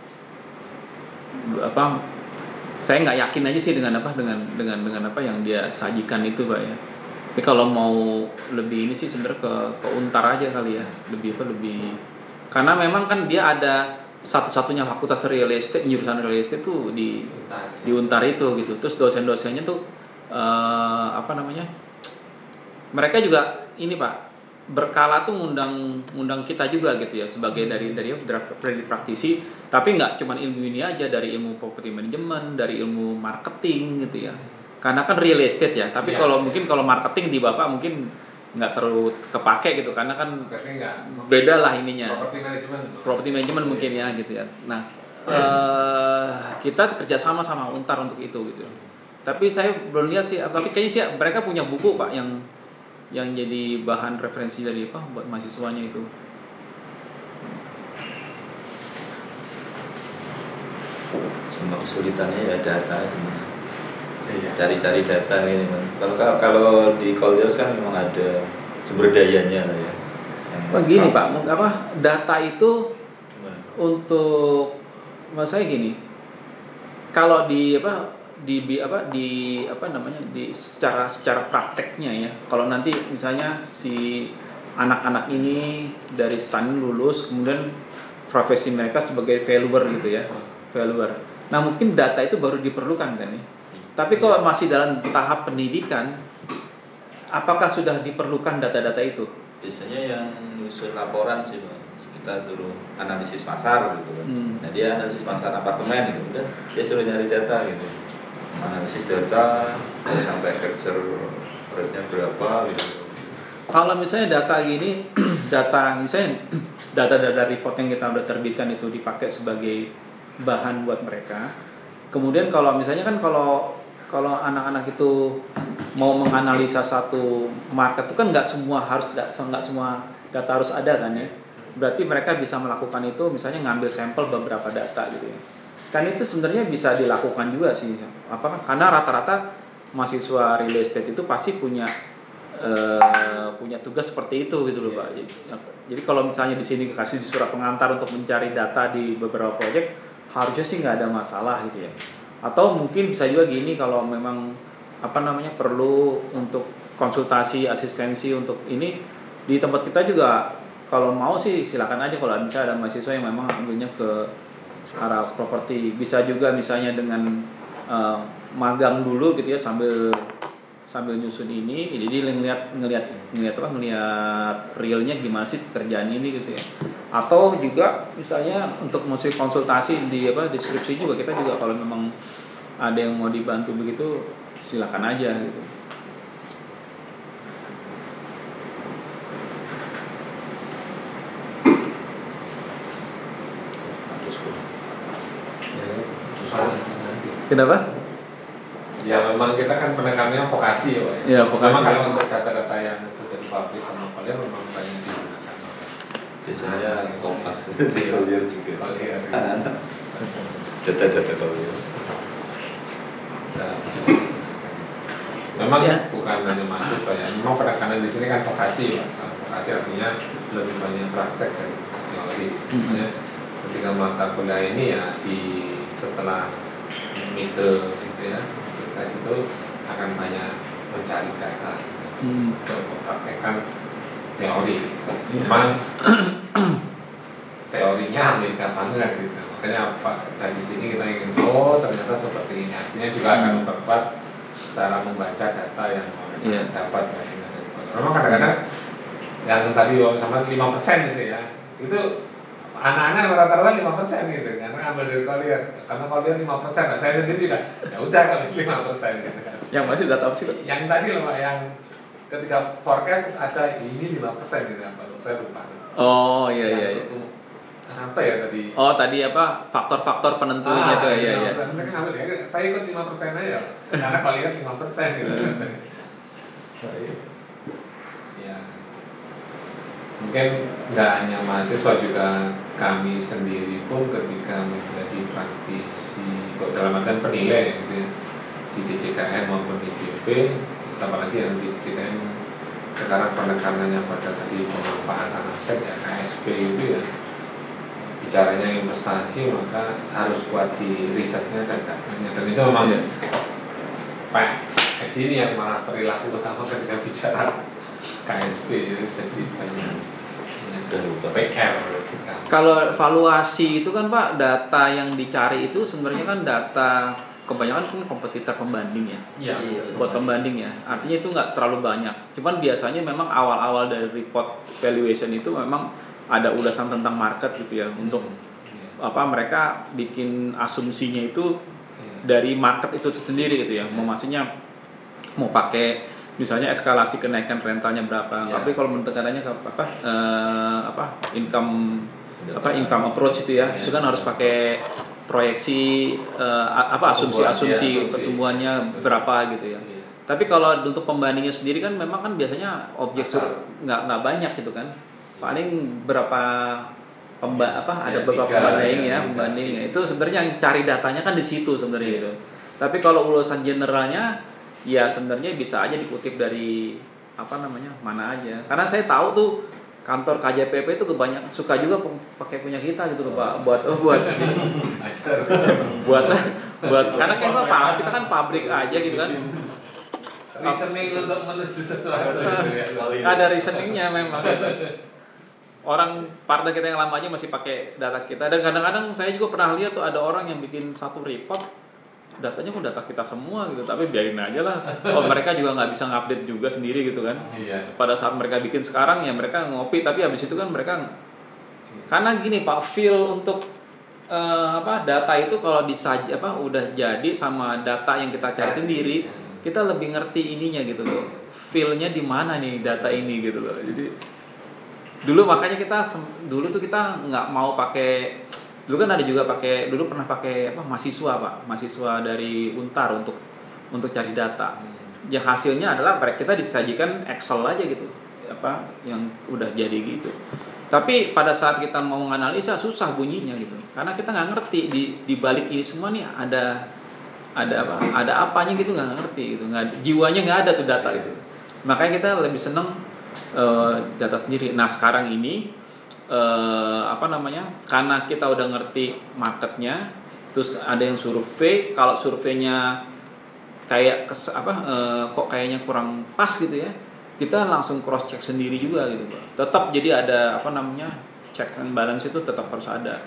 apa saya nggak yakin aja sih dengan apa dengan dengan dengan apa yang dia sajikan itu Pak ya. Tapi kalau mau lebih ini sih sebenarnya ke ke Untar aja kali ya, lebih apa lebih karena memang kan dia ada satu-satunya fakultas real estate jurusan real estate tuh di Entar. di Untar itu gitu. Terus dosen-dosennya tuh eh, apa namanya? Mereka juga ini Pak berkala tuh ngundang ngundang kita juga gitu ya sebagai dari dari dari praktisi, tapi nggak cuma ilmu ini aja, dari ilmu property management, dari ilmu marketing gitu ya. Karena kan real estate ya, tapi Iya. kalau mungkin kalau marketing di Bapak mungkin nggak terlalu kepake gitu karena kan Biasanya enggak. beda lah ininya. Property management. Property management mungkin ya gitu ya. Nah, eh, kita kerja sama sama Untar untuk itu gitu. Tapi saya belum lihat sih, tapi kayaknya sih mereka punya buku Pak yang yang jadi bahan referensi dari apa buat mahasiswanya itu. Semua kesulitannya ya data sebenarnya. Iya. Cari-cari data ini man. Kalau kalau di Colliers kan memang ada sumber dayanya lah ya. Yang Oh gini Pak, meng- apa data itu Gimana? untuk mas saya gini. Kalau di apa di bi- apa di apa namanya di secara secara prakteknya ya. Kalau nanti misalnya si anak-anak ini dari stan lulus kemudian profesi mereka sebagai valuer gitu ya. Valuer. Nah, mungkin data itu baru diperlukan kan ya. Tapi kalau masih dalam tahap pendidikan, apakah sudah diperlukan data-data itu? Biasanya yang nyusun laporan sih Pak. Kita suruh analisis pasar gitu kan. Hmm. Nah dia analisis pasar apartemen gitu, udah dia suruh nyari data gitu. Analisis data sampai capture rate-nya berapa gitu. Kalau misalnya data gini, data misalnya data-data report yang kita udah terbitkan itu dipakai sebagai bahan buat mereka. Kemudian kalau misalnya kan kalau kalau anak-anak itu mau menganalisa satu market itu kan nggak semua harus nggak semua data harus ada kan ya. Berarti mereka bisa melakukan itu misalnya ngambil sampel beberapa data gitu ya. Kan itu sebenarnya bisa dilakukan juga sih. Apakah karena rata-rata mahasiswa real estate itu pasti punya Uh, punya tugas seperti itu gitu loh Pak. Jadi, jadi kalau misalnya di sini kasih di surat pengantar untuk mencari data di beberapa proyek, harusnya sih nggak ada masalah gitu ya. Atau mungkin bisa juga gini kalau memang apa namanya perlu untuk konsultasi asistensi untuk ini di tempat kita juga kalau mau sih silakan aja kalau misalnya ada mahasiswa yang memang ambilnya ke arah properti, bisa juga misalnya dengan uh, magang dulu gitu ya sambil sambil nyusun ini, jadi ngelihat ngelihat ngelihat apa ngelihat realnya gimana sih kerjaan ini gitu ya. Atau juga misalnya untuk mesti konsultasi di apa deskripsi juga kita juga kalau memang ada yang mau dibantu begitu silakan aja gitu. Kenapa? Ya memang kita kan penekannya vokasi ya, Pak. Ya, vokasi. Memang kalau untuk data-data yang sudah dipublish sama kalian memang banyak digunakan. Biasanya kompas Iya. Collier juga. Collier. Data-data Collier. Nah, memang Ya. bukan hanya mahasiswa ya, memang penekanan di sini kan vokasi ya. Nah, vokasi artinya lebih banyak praktek dari teori. Makanya ketika mata kuliah ini ya di setelah middle gitu ya, tes itu akan banyak mencari data Hmm. untuk mempraktekkan teori. Ya. Memang teorinya Amerika banget gitu. Makanya apa dari sini kita ingin oh ternyata seperti ini. Artinya juga akan Hmm. memperkuat cara membaca data yang mereka Iya. dapat dari kolonial. Memang kadang-kadang yang tadi sama lima persen gitu ya, itu anak-anak rata-rata lima persen gitu, karena ambil dari kolonial, karena kolonial lima persen. Nah, saya sendiri juga ya udah kalau lima persen gitu kan. Yang masih data apa sih, Pak? Yang tadi loh Pak, yang ketika forecast terus ada ini lima persen gitu apa, saya lupa. Oh iya iya. Yang iya. itu, apa ya tadi? Oh tadi apa faktor-faktor penentunya tuh ya ya. Mereka ngambil ya, saya ikut lima persen aja, karena kalau lihat lima persen gitu. Ya, mungkin nggak hanya mahasiswa juga kami sendiri pun ketika menjadi praktisi dalam artian penilai gitu ya, di D J K N maupun di J P, apalagi yang di D J K N sekarang penekanannya pada tadi pemanfaatan aset ya K S P itu ya. Bicaranya investasi maka harus kuat di risetnya dan datanya, dan itu memang Iya. Pak Edi ini yang malah perilaku utama ketika bicara K S P ya. Jadi banyak banyak P R ketika Kalau valuasi itu kan Pak, data yang dicari itu sebenarnya kan data kebanyakan kan kompetitor pembanding ya. Iya. Buat pembanding ya. Artinya itu nggak terlalu banyak. Cuman biasanya memang awal-awal dari report valuation itu memang ada ulasan tentang market gitu ya, untuk apa mereka bikin asumsinya itu dari market itu sendiri gitu ya. Mau maksudnya mau pakai misalnya eskalasi kenaikan rentalnya berapa. Ya. Tapi kalau menekanannya ke apa eh, apa income apa income approach itu ya, Ya. itu kan harus pakai proyeksi eh, apa asumsi-asumsi Pertumbuhan, ya, pertumbuhannya berapa gitu ya. Tapi kalau untuk pembandingnya sendiri kan memang kan biasanya objek sur nggak nggak banyak gitu kan. Paling berapa pemba apa ada Ya, beberapa tiga, pembanding ya, ya, tiga. pembanding ya. Itu sebenarnya yang cari datanya kan di situ sebenarnya gitu. Tapi kalau ulasan generalnya ya sebenarnya bisa aja dikutip dari apa namanya mana aja. Karena saya tahu tuh kantor K J P P itu kebanyakan suka juga pem- pakai punya kita gitu loh Pak, buat oh, buat buat buat karena kan kita, pa- kita kan pabrik aja gitu kan. reasoning untuk menuju sesuatu gitu ya. Ada reasoningnya memang. Orang partner kita yang lama aja masih pakai data kita, dan kadang-kadang saya juga pernah lihat tuh ada orang yang bikin satu report datanya kok data kita semua gitu, tapi biarin aja lah. Oh mereka juga nggak bisa ngupdate juga sendiri gitu kan. Iya. Pada saat mereka bikin sekarang ya mereka ngopi, tapi habis itu kan mereka karena gini Pak, feel untuk eh, apa data itu kalau disaj apa udah jadi sama data yang kita cari sendiri, kita lebih ngerti ininya gitu loh. Feel-nya di mana nih data ini gitu loh. Jadi dulu makanya kita dulu tuh kita nggak mau pakai, dulu kan ada juga pakai, dulu pernah pakai apa mahasiswa Pak, mahasiswa dari Untar untuk untuk cari data. Ya hasilnya adalah kita disajikan Excel aja gitu, apa yang udah jadi gitu. Tapi pada saat kita mau menganalisa susah bunyinya gitu, karena kita nggak ngerti di di balik ini semua nih ada ada apa ada apanya gitu, nggak ngerti gitu, nggak jiwanya nggak ada tuh data itu. Makanya kita lebih seneng uh, data sendiri. Nah sekarang ini uh, apa namanya, karena kita udah ngerti marketnya, terus ada yang survei, kalau surveinya kayak kes, apa uh, kok kayaknya kurang pas gitu ya, kita langsung cross check sendiri juga gitu Pak. Tetap jadi ada apa namanya check and balance itu tetap harus ada.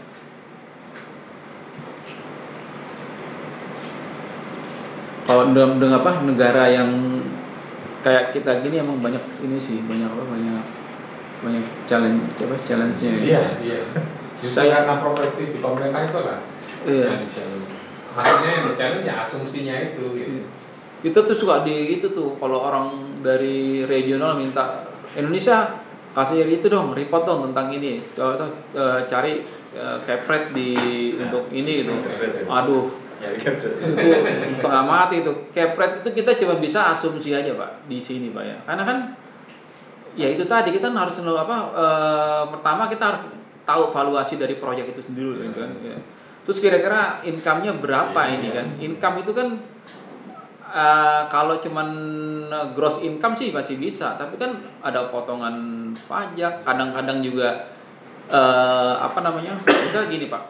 Kalau dengan, dengan apa negara yang kayak kita gini emang banyak ini sih, banyak apa banyak banyak challenge coba challenge-nya. Iya, iya. Justru karena profesi di pemerintah itu lah. Iya. Yang challenge. Maksudnya yang challenge ya asumsinya itu gitu. Kita tuh suka di itu tuh kalau orang dari regional minta Indonesia kasih itu dong, report dong tentang ini. Coba tuh e, cari e, kepret di Ya. untuk ini gitu. Kepret. Aduh, Nyari cap rate. Itu setengah mati itu. Cap rate itu kita cuma bisa asumsi aja Pak di sini Pak ya. Karena kan ya itu tadi kita harus apa e, pertama kita harus tahu valuasi dari proyek itu sendiri kan. Ya. Terus kira-kira income-nya berapa yeah, ini kan? Income itu kan uh, kalau cuman gross income sih masih bisa, tapi kan ada potongan pajak, kadang-kadang juga uh, apa namanya? Misalnya gini Pak,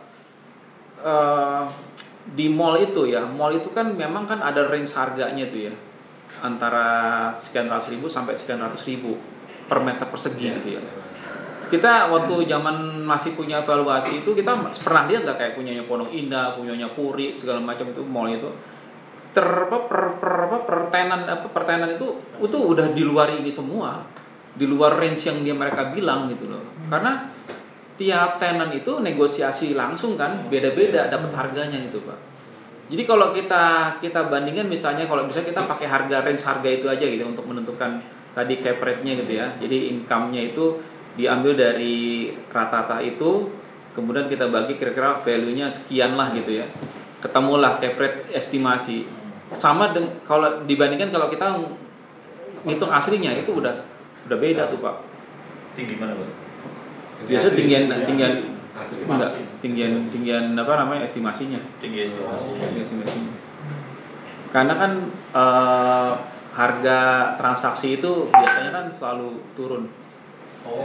uh, di mall itu ya, mall itu kan memang kan ada range harganya tuh ya, antara sekian ratus ribu sampai sekian ratus ribu per meter persegi gitu ya. Kita waktu zaman masih punya valuasi itu kita pernah lihat nggak kayak punyanya Pondok Indah, punyanya Puri segala macam itu mall itu ter apa per per apa pertenan apa pertenan itu itu udah di luar ini semua, di luar range yang dia mereka bilang gitu loh. Karena tiap tenan itu negosiasi langsung kan, beda-beda dapat harganya gitu Pak. Jadi kalau kita kita bandingkan misalnya kalau misalnya kita pakai harga range harga itu aja gitu untuk menentukan tadi cap rate-nya gitu ya. Jadi income-nya itu diambil dari rata-rata itu, kemudian kita bagi kira-kira value-nya sekian lah gitu ya. Ketemulah cap rate estimasi. Sama dengan kalau dibandingkan kalau kita ngitung aslinya itu udah udah beda tuh Pak. Tinggi mana Pak? Biasa tinggian tinggian enggak tinggian tinggian apa namanya estimasinya. Tinggi estimasinya. Tinggi estimasinya. Karena kan eh, harga transaksi itu biasanya kan selalu turun. Oh,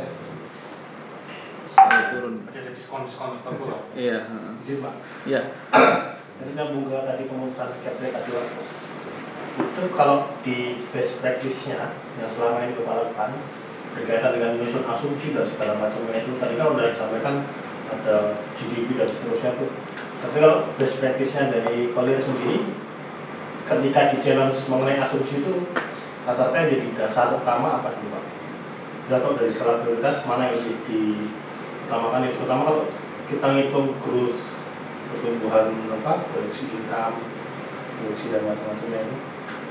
Selalu turun. ada diskon-diskon tertentu lah. Iya. Izin Pak. Iya. Jadi nyambung ke tadi pemutusan cap rate tadi Pak. Itu kalau di best practice-nya yang selama ini Bapak lakukan berkaitan dengan menyusun asumsi dan segala macamnya itu tadi kan sudah disampaikan ada G D P dan seterusnya tuh. Tapi kalau best practice-nya dari Collier sendiri ketika di challenge mengenai asumsi itu rata-rata yang jadi dasar utama apa dulu Pak? Atau dari skala prioritas mana yang lebih diutamakan itu, terutama kalau kita ngitung growth, pertumbuhan apa, proyeksi income, proyeksi dan macam-macamnya itu.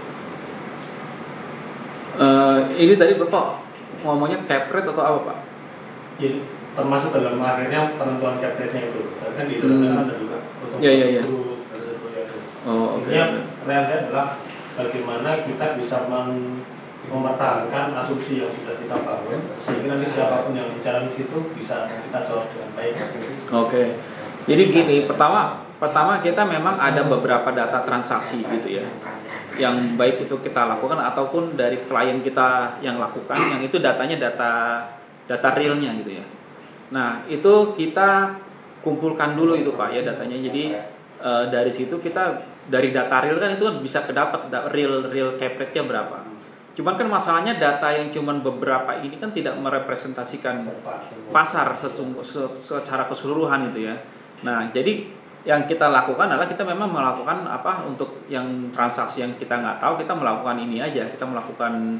Uh, ini tadi Bapak ngomongnya cap rate atau apa Pak? Jadi termasuk dalam akhirnya penentuan cap rate-nya itu, kan di dalamnya hmm. ada juga pertumbuhan yeah, yeah, yeah. growth dan sebagainya itu. Oh, oke. Intinya realnya adalah bagaimana kita bisa men mempertahankan asumsi yang sudah kita bangun sehingga nanti siapapun yang bicara di situ bisa kita jawab dengan baik. Oke. Jadi gini, pertama pertama kita memang ada beberapa data transaksi gitu ya. Yang baik itu kita lakukan ataupun dari klien kita yang lakukan, yang itu datanya data data realnya gitu ya. Nah, itu kita kumpulkan dulu itu Pak ya datanya. Jadi e, dari situ kita dari data real kan itu kan bisa kedapat real real cap rate-nya berapa. Cuman kan masalahnya data yang cuman beberapa ini kan tidak merepresentasikan pasar sesungguh, secara keseluruhan itu ya. Nah, jadi yang kita lakukan adalah kita memang melakukan apa untuk yang transaksi yang kita nggak tahu, kita melakukan ini aja, kita melakukan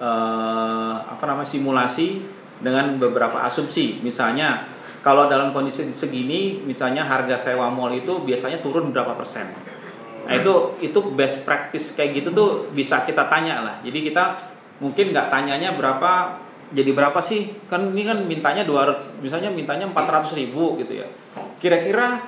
eh, apa namanya simulasi dengan beberapa asumsi. Misalnya kalau dalam kondisi segini, misalnya harga sewa mall itu biasanya turun berapa persen. Nah itu itu best practice kayak gitu tuh bisa kita tanya lah. Jadi kita mungkin nggak tanyanya berapa, jadi berapa sih? Kan ini kan mintanya dua ratus, misalnya mintanya empat ratus ribu gitu ya. Kira-kira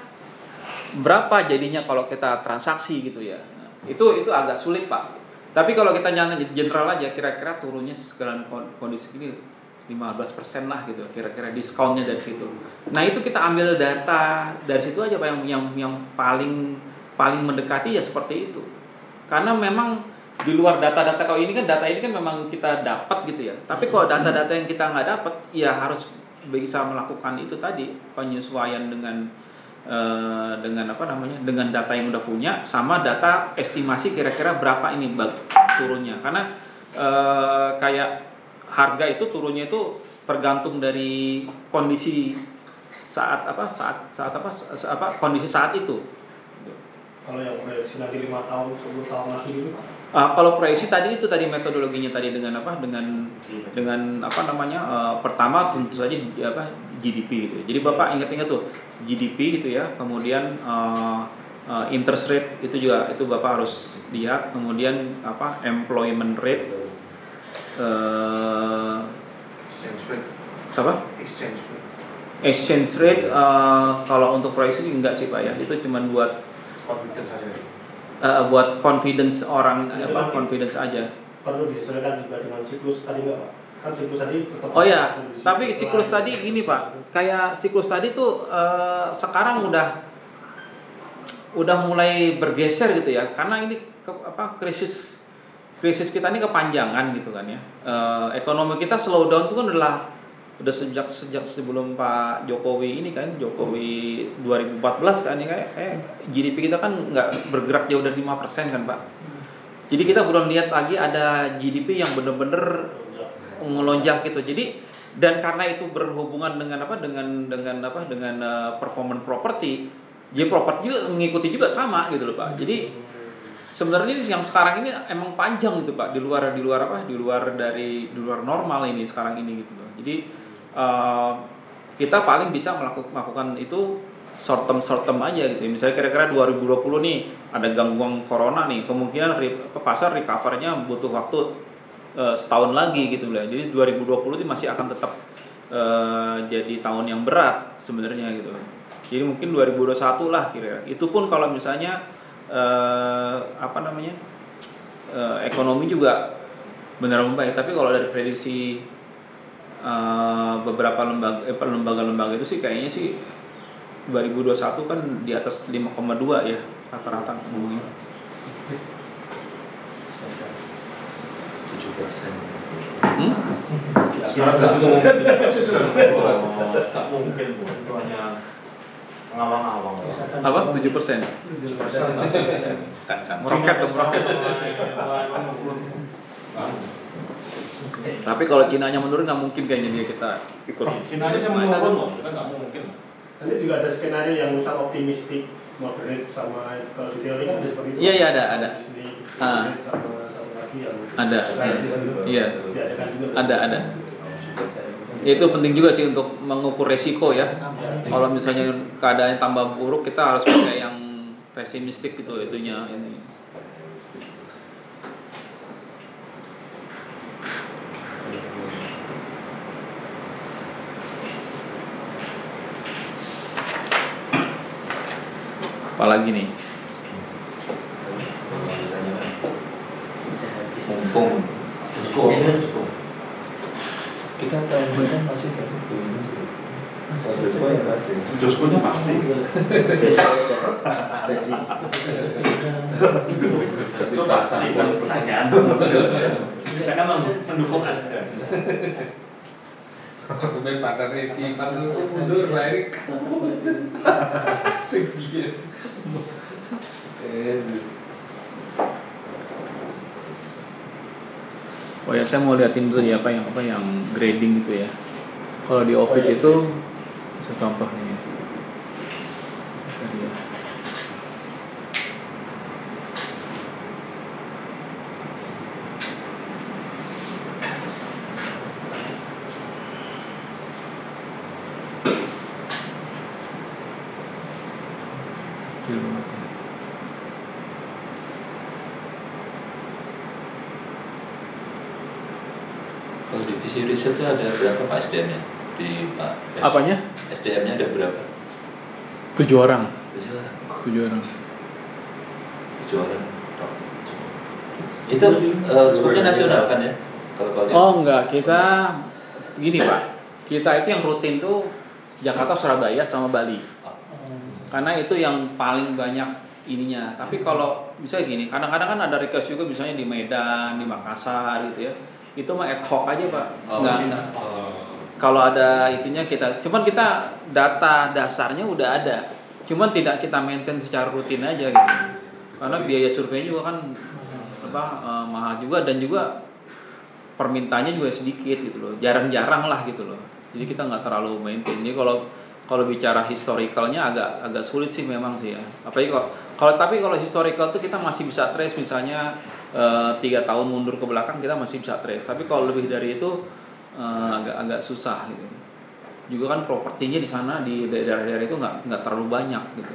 berapa jadinya kalau kita transaksi gitu ya? Nah, itu itu agak sulit Pak. Tapi kalau kita jangan general aja, kira-kira turunnya segala kondisi ini lima belas persen lah gitu. Kira-kira diskonnya dari situ. Nah itu kita ambil data dari situ aja Pak yang yang yang paling paling mendekati ya seperti itu. Karena memang di luar data-data kalau ini kan data ini kan memang kita dapat gitu ya. Tapi kalau data-data yang kita nggak dapat, ya harus bisa melakukan itu tadi penyesuaian dengan uh, dengan apa namanya dengan data yang udah punya sama data estimasi kira-kira berapa ini turunnya. Karena uh, kayak harga itu turunnya itu tergantung dari kondisi saat apa saat saat apa saat, apa kondisi saat itu. Kalau yang proyeksi nanti lima tahun, sepuluh tahun lagi gitu. Uh, kalau proyeksi tadi itu tadi metodologinya tadi dengan apa? Dengan dengan apa namanya? Uh, pertama tentu saja apa G D P gitu. Jadi Bapak ingat-ingat tuh G D P gitu ya. Kemudian uh, uh, interest rate itu juga itu Bapak harus lihat. Kemudian apa? Employment rate. Uh, Exchange rate. Apa? Exchange rate. Exchange rate uh, kalau untuk proyeksi enggak sih Pak ya. Itu cuma buat confidence saja. Uh, buat confidence orang Itu apa lagi. confidence aja. Perlu disesuaikan juga dengan siklus tadi nggak Pak? Kan siklus tadi tetap Oh ya, kondisi tapi siklus lain. tadi gini Pak, kayak siklus tadi tuh uh, sekarang udah udah mulai bergeser gitu ya, karena ini ke, apa krisis krisis kita ini kepanjangan gitu kan ya. Uh, ekonomi kita slow down tuh kan adalah udah sejak sejak sebelum Pak Jokowi ini kan, Jokowi dua ribu empat belas kan ya, kayak eh, G D P kita kan nggak bergerak jauh dari lima persen kan Pak. Jadi kita belum lihat lagi ada G D P yang bener-bener ngelonjak gitu. Jadi dan karena itu berhubungan dengan apa dengan dengan apa dengan uh, performance property, jadi properti juga mengikuti juga sama gitu loh Pak. Jadi sebenarnya yang sekarang ini emang panjang gitu Pak, di luar di luar apa di luar dari di luar normal ini sekarang ini gitu loh. Jadi uh, kita paling bisa melakukan melakukan itu short term short term aja gitu. Misalnya kira-kira dua ribu dua puluh nih ada gangguan corona nih, kemungkinan re, pasar recovernya butuh waktu uh, setahun lagi gitu loh. Jadi dua ribu dua puluh ini masih akan tetap uh, jadi tahun yang berat sebenarnya gitu. Jadi mungkin dua ribu dua puluh satu lah kira-kira. Itu pun kalau misalnya uh, apa namanya uh, ekonomi juga benar membaik. Tapi kalau dari prediksi uh, beberapa lembaga eh, lembaga-lembaga itu sih kayaknya sih dua ribu dua puluh satu kan di atas lima koma dua ya rata-rata ngomongnya. tujuh persen. Hmm? Sekarang nggak mungkin. Nggak mungkin Bu. Itu hanya ngawang-ngawang. Apa? tujuh persen. Kan kan. Meroket dong, meroket. Tapi kalau Cinanya menurun nggak mungkin kayaknya dia kita ikut. Cina aja sama menurun loh, kita nggak mungkin. Nanti juga ada skenario yang misal optimistik, moderate sama kalau di teori kan ada seperti itu. Iya, iya, ada, ada. Di sini, Ah. moderate sama sama lagi yang Ada. krisis gitu. Iya. Diadakan juga. Ada, ada. Itu penting juga sih untuk mengukur resiko ya. Kalau misalnya keadaannya tambah buruk, kita harus pakai yang pesimistik gitu itunya ini. Apalagi nih? Mumpung. Mumpung. Kita tahun depan masih tertutup. Joskonya pasti. Jadi pastikan pertanyaan. Karena mendukung aja. Aku main partner ini, partner itu mundur, Pak Erik. Segitu. Oh ya, saya mau liatin dulu ya apa yang apa yang grading itu ya. Kalau di office itu, saya contoh nih. Tadi ya. Kalau divisi riset itu ada berapa Pak S D M-nya? Di Pak Apanya? S D M-nya ada berapa? Tujuh orang. Tujuh orang. Tujuh orang. Tujuh orang. Itu uh, skupnya nasional kan ya? Kalau kalau Oh enggak, kita gini Pak. Kita itu yang rutin tuh Jakarta, Surabaya sama Bali. Karena itu yang paling banyak ininya. Tapi kalau misalnya gini, kadang-kadang kan ada request juga misalnya di Medan, di Makassar gitu ya. Itu mah ad hoc aja Pak. Oh, Enggak. gitu. Kalau ada itunya kita, cuman kita data dasarnya udah ada. Cuman tidak kita maintain secara rutin aja gitu. Karena biaya survei juga kan apa eh, mahal juga dan juga permintaannya juga sedikit gitu loh. Jarang-jarang lah gitu loh. Jadi kita nggak terlalu maintain. Jadi kalau kalau bicara historicalnya agak agak sulit sih memang sih ya. Apalagi kalau kalau tapi kalau historical tuh kita masih bisa trace misalnya eh, tiga tahun mundur ke belakang kita masih bisa trace. Tapi kalau lebih dari itu eh, agak agak susah gitu. Juga kan propertinya di sana di daerah-daerah itu nggak nggak terlalu banyak gitu.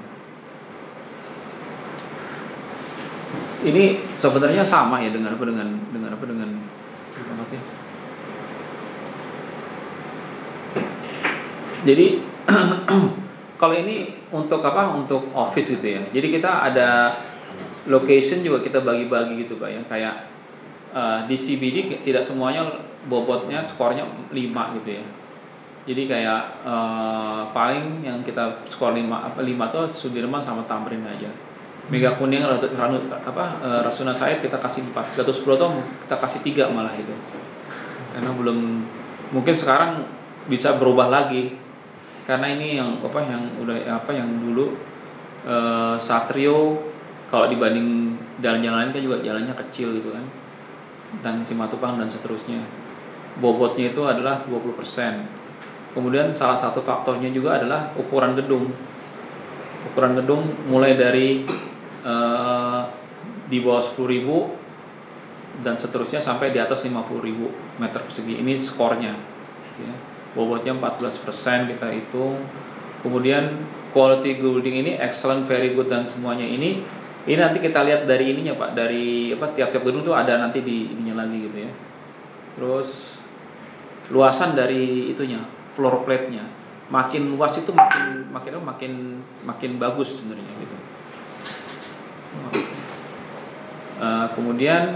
Ini sebenarnya sama ya dengan apa dengan dengan apa dengan apa sih? Jadi kalau ini untuk apa? Untuk office gitu ya. Jadi kita ada location juga kita bagi-bagi gitu Pak ya. Kayak uh, di C B D tidak semuanya bobotnya skornya lima gitu ya. Jadi kayak uh, paling yang kita skor lima apa lima tuh Sudirman sama Tamrin aja. Mega Kuning Ratu, Ranu, apa uh, Rasuna Said kita kasih empat, Gatot Subroto kita kasih tiga malah itu. Karena belum mungkin sekarang bisa berubah lagi. Karena ini yang apa yang udah apa yang dulu uh, Satrio kalau dibanding jalan-jalan lain kan juga jalannya kecil gitu kan. Dan Simatupang dan seterusnya. Bobotnya itu adalah dua puluh persen. Kemudian salah satu faktornya juga adalah ukuran gedung. Ukuran gedung mulai dari uh, di bawah sepuluh ribu dan seterusnya sampai di atas lima puluh ribu meter persegi. Ini skornya. Ya. Bobotnya empat belas persen kita hitung. Kemudian quality building ini excellent, very good dan semuanya ini ini nanti kita lihat dari ininya Pak, dari apa tiap-tiap gedung tuh ada nanti di ininya lagi gitu ya. Terus luasan dari itunya, floor plate-nya. Makin luas itu makin makin makin makin bagus sebenarnya gitu. Uh, kemudian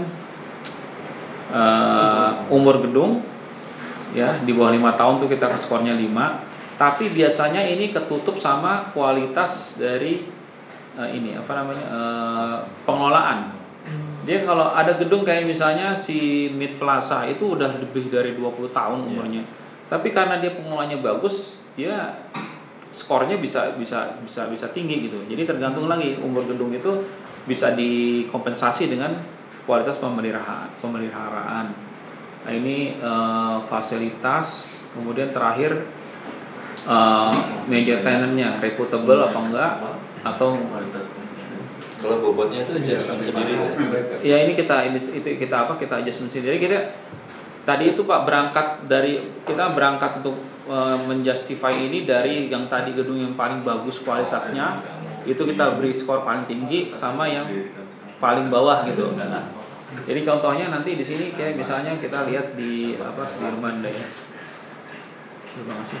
uh, umur gedung ya di bawah lima tahun tuh kita skornya lima. Tapi biasanya ini ketutup sama kualitas dari uh, ini apa namanya uh, pengelolaan. Dia kalau ada gedung kayak misalnya si Mid Plaza itu udah lebih dari dua puluh tahun umurnya. Yeah. Tapi karena dia pengelolaannya bagus, dia skornya bisa bisa bisa bisa tinggi gitu. Jadi tergantung lagi umur gedung itu bisa dikompensasi dengan kualitas pemeliharaan. pemeliharaan. Nah, ini uh, fasilitas, kemudian terakhir uh, meja tenantnya reputable apa enggak atau kualitas. Kalau bobotnya itu adjustment sendiri. Ya ini kita ini itu kita apa kita adjustment sendiri. Kita tadi itu Pak berangkat dari kita berangkat untuk uh, menjustify ini dari yang tadi gedung yang paling bagus kualitasnya itu kita beri skor paling tinggi sama yang paling bawah gitu. Nah, jadi contohnya nanti di sini kayak misalnya kita lihat di apa Sudirman deh ya. Terima kasih.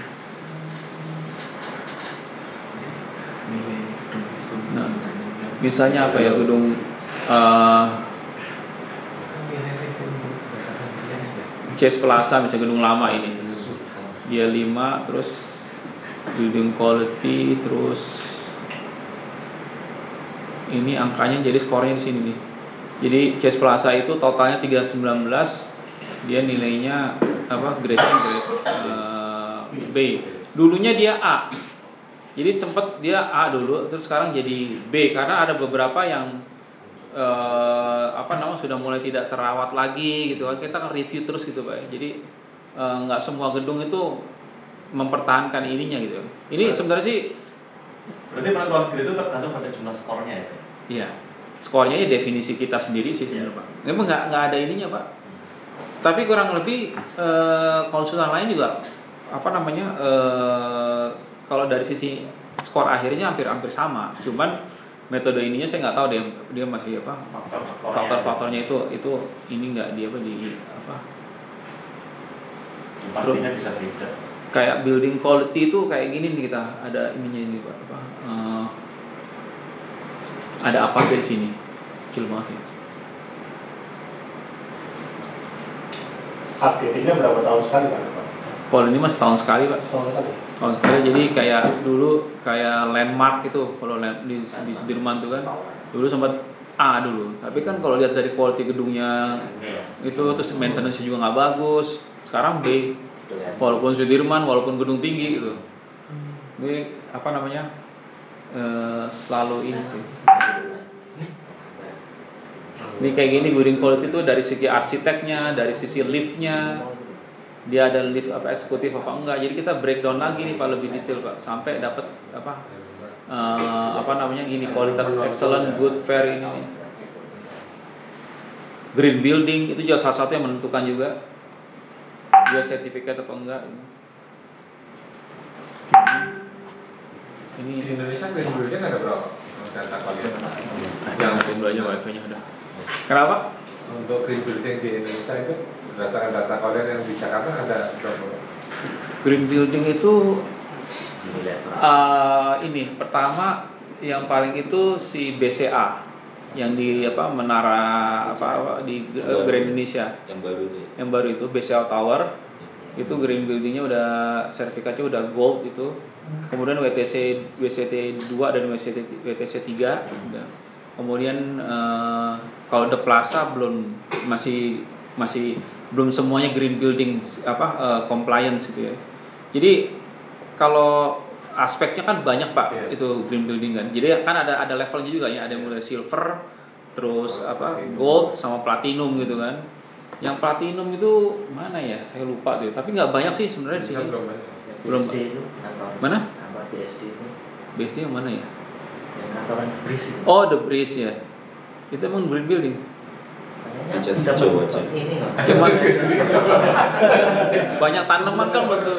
Nah, misalnya apa ya gedung uh, Chase Plaza misalnya gedung lama ini dia lima terus building quality terus ini angkanya jadi skornya di sini nih. Jadi Chase Plaza itu totalnya tiga ratus sembilan belas dia nilainya apa grade grade uh, B. Dulunya dia A. Jadi sempat dia A dulu, terus sekarang jadi B karena ada beberapa yang eh, apa namanya sudah mulai tidak terawat lagi gitu kan. Kita kan review terus gitu Pak. Jadi nggak eh, semua gedung itu mempertahankan ininya gitu. Ini sebenarnya sih. Berarti penentuan grade itu tergantung pada jumlah skornya ya? Iya, skornya ya definisi kita sendiri sih sebenarnya Pak. Memang nggak nggak ada ininya Pak. Tapi kurang lebih eh, konsultan lain juga apa namanya. Eh, Kalau dari sisi skor akhirnya hampir-hampir sama, cuman metode ininya saya nggak tahu dia dia masih apa faktor-faktornya itu itu ini nggak dia apa di apa pastinya bisa beda. Kayak building quality itu kayak gini nih kita ada ininya ini Pak apa uh, ada apa dari sini kecil banget sih. Updatingnya berapa tahun sekali Pak? Kalau ini mas tahun sekali Pak. Tahun sekali. Tahun sekali jadi kayak dulu kayak landmark itu kalau di, di Sudirman tuh kan dulu sempat A dulu. Tapi kan kalau lihat dari quality gedungnya itu terus maintenance juga nggak bagus. Sekarang B. Walaupun Sudirman walaupun gedung tinggi gitu. Ini apa namanya e, selalu ini sih. Ini kayak gini building quality itu dari segi arsiteknya, dari sisi liftnya. Dia ada lift apa eksekutif apa enggak. Jadi kita breakdown lagi nih Pak lebih detail Pak sampai dapat apa uh, apa namanya ini kualitas excellent, good, fair ini. Green building itu juga salah satu yang menentukan juga dia sertifikat atau enggak. Ini di Indonesia green building ada berapa? Data kalian? Jangan tunggu aja wifi-nya udah. Kenapa? Untuk green building di Indonesia itu berdasarkan data kalian yang di Jakarta ada berapa? Green building itu Unilever. Uh, ini pertama yang paling itu si B C A yang di apa menara apa di uh, Grand Indonesia Yang baru itu. yang baru itu B C A Tower itu green buildingnya udah sertifikatnya udah gold itu. Kemudian W T C W C T dua dan W C T W T C tiga. Kemudian uh, kalau The Plaza belum masih masih belum semuanya green building apa uh, compliance gitu ya. Jadi kalau aspeknya kan banyak Pak, yeah. Itu green building kan. Jadi kan ada ada levelnya juga ya, ada mulai silver, terus oh, apa platinum. Gold sama platinum gitu kan. Yang platinum itu mana ya? Saya lupa tuh. Tapi nggak banyak sih sebenarnya di sini. Belum. Belum. B S D itu kantor. Mana? Kantor B S D itu. B S D yang mana ya? Yang kantoran The Breeze itu. Oh, The Breeze ya. Itu emang green building. Kayaknya Hijau aja. Ini nggak? Cuman banyak tanaman kan betul.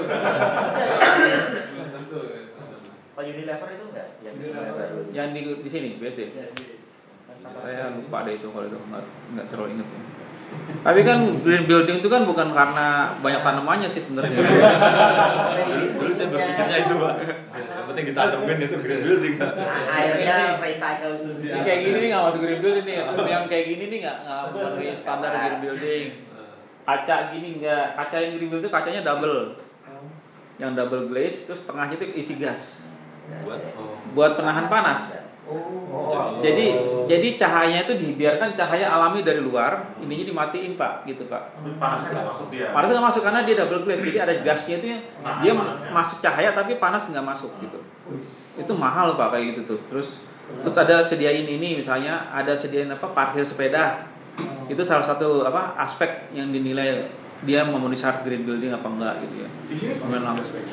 Oh, Unilever itu enggak? Yang Unilever. Yang di di sini B S D. Saya lupa deh itu kalau itu nggak nggak terlalu ingat ya. Tapi kan green building itu kan bukan karena banyak tanamannya sih sebenarnya. Dulu saya berpikirnya itu Pak. Yang penting ditanamin itu green building. Airnya recycle dulu. Kayak gini nih nggak masuk green building nih. Yang kayak gini nih nggak nggak memenuhi standar green building. Kaca gini nggak. Kaca yang green building itu kacanya double. Yang double glaze terus tengahnya itu isi gas. Buat Buat penahan panas. Oh. Jadi jadi cahayanya itu dibiarkan cahaya alami dari luar, ininya dimatiin Pak, gitu Pak. Panasnya nggak masuk dia. Panasnya nggak masuk karena dia double glaze, jadi ada gasnya itu Nah, dia panasnya. masuk cahaya tapi panas nggak masuk gitu. Itu mahal Pak kayak gitu tuh. Terus terus ada sediain ini misalnya ada sediain apa parkir sepeda. Itu salah satu apa aspek yang dinilai dia memenuhi syarat green building apa enggak gitu ya. Di sini Kemudian lampu sepeda.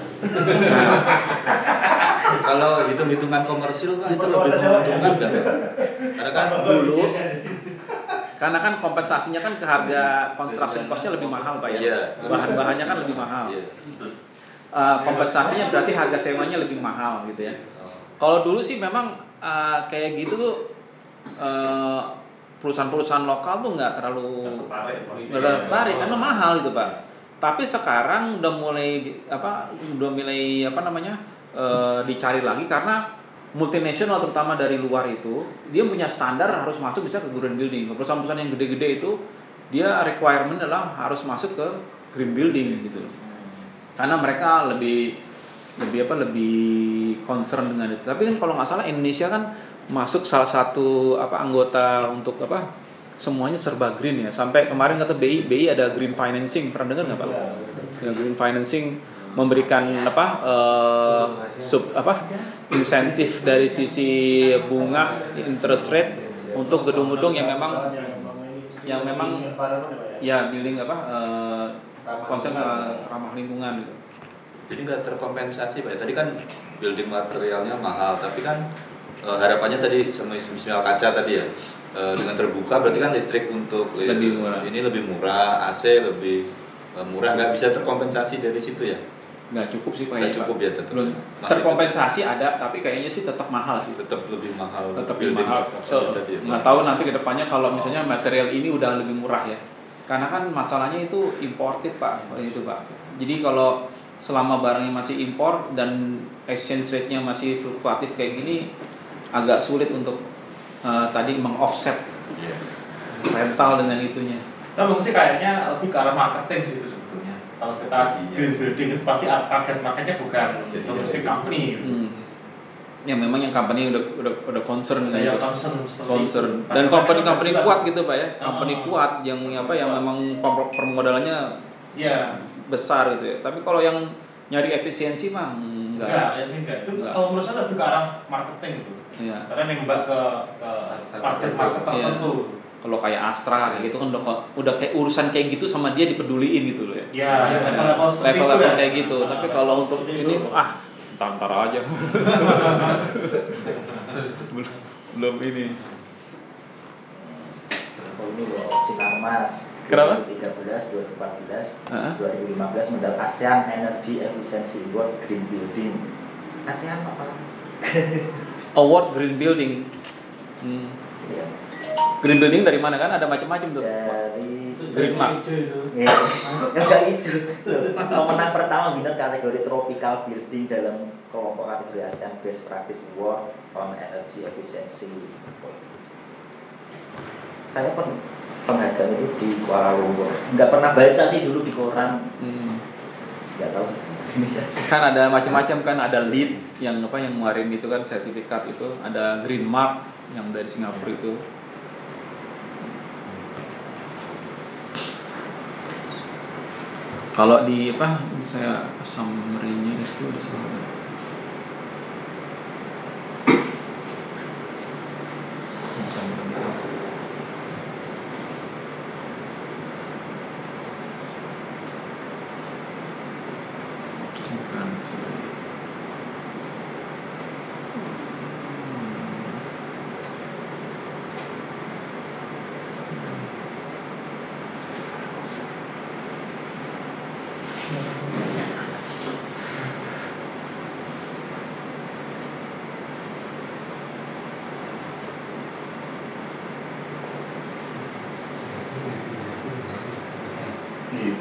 kalau hitung-hitungan komersil Pak itu lebih menguntungkan nggak? Karena kan dulu Karena kan kompensasinya kan ke harga construction cost-nya lebih mahal Pak ya. Iya. Bahan-bahannya kan lebih mahal. Iya. Uh, kompensasinya berarti harga sewanya lebih mahal gitu ya. Kalau dulu sih memang uh, kayak gitu tuh uh, perusahaan-perusahaan lokal tuh nggak terlalu nggak tertarik karena mahal gitu Pak. Tapi sekarang udah mulai apa udah mulai apa namanya uh, dicari lagi karena multinasional terutama dari luar itu dia punya standar harus masuk bisa ke green building. Perusahaan-perusahaan yang gede-gede itu dia requirement adalah harus masuk ke green building gitu. Karena mereka lebih lebih apa lebih concern dengan itu. Tapi kan kalau nggak salah Indonesia kan masuk salah satu apa anggota untuk apa semuanya serba green ya. Sampai kemarin kata B I B I ada green financing, pernah dengar nggak Pak? Ya, green financing memberikan apa uh, sub apa insentif dari sisi bunga interest rate untuk gedung-gedung yang memang yang memang ya building apa uh, konsep uh, ramah lingkungan gitu. jadi nggak terkompensasi Pak. Tadi kan building materialnya mahal, tapi kan e, harapannya tadi semisal kaca tadi ya e, dengan terbuka berarti kan listrik untuk lebih murah. Ini lebih murah, A C lebih e, murah, nggak bisa terkompensasi dari situ ya? Nggak cukup sih Pak. Nggak cukup ya tetap. Belum terkompensasi ada, tapi kayaknya sih tetap mahal sih. Tetap lebih mahal. Tetap lebih mahal. So, tadi, nggak tahu nanti kedepannya kalau misalnya material ini udah lebih murah ya. Karena kan masalahnya itu imported Pak, itu Pak. Jadi kalau selama barangnya masih impor dan exchange rate-nya masih fluktuatif kayak gini, agak sulit untuk uh, tadi meng-offset yeah. rental dengan itunya. Nah, mungkin sih kayaknya lebih ke arah marketing sih itu sebetulnya. Kalau kita green building itu pasti target marketnya bukan domestic company. Gitu. Hmm. Ya memang yang company udah udah udah concern dengan Ya, itu. concern, concern. Dan company-company kuat gitu Pak ya. Company kuat yang apa yang memang permodalannya ya besar gitu ya. Tapi kalau yang nyari efisiensi mah enggak. Enggak, ya sih enggak. Itu Enggak. kalau menurut saya lebih ke arah marketing gitu. Iya. Karena nembak ke ke market-market Iya. tertentu. Kalau kayak Astra kayak gitu kan udah udah kayak urusan kayak gitu sama dia dipeduliin gitu loh ya. Ya, ya level-level seperti itu Level-level ya. kayak gitu. Nah, Tapi level kalau untuk seperti ini itu. ah tantar aja. belum belum ini. Oh, ini loh Sinarmas Kenapa? dua ribu tiga belas, dua ribu empat belas, Heeh. dua ribu lima belas medal ASEAN Energy Efficiency Award Green Building. ASEAN apa? Award Green Building. Hmm. Iya. Green building dari mana kan ada macam-macam tuh. Dari Green mark. ya, enggak hijau. Pemenang pertama winner kategori tropical building dalam kelompok kategori ASEAN Best Practice Award on Energy Efficiency. Saya pun penghargaan itu di Kuala Lumpur. Enggak pernah baca sih dulu di koran. Hmm. Enggak tahu. Kan ada macam-macam kan, ada lead yang apa yang ngeluarin itu kan sertifikat itu, ada green mark yang dari Singapura itu. Kalau di apa saya summary-nya itu di sini. Bukan. Iya.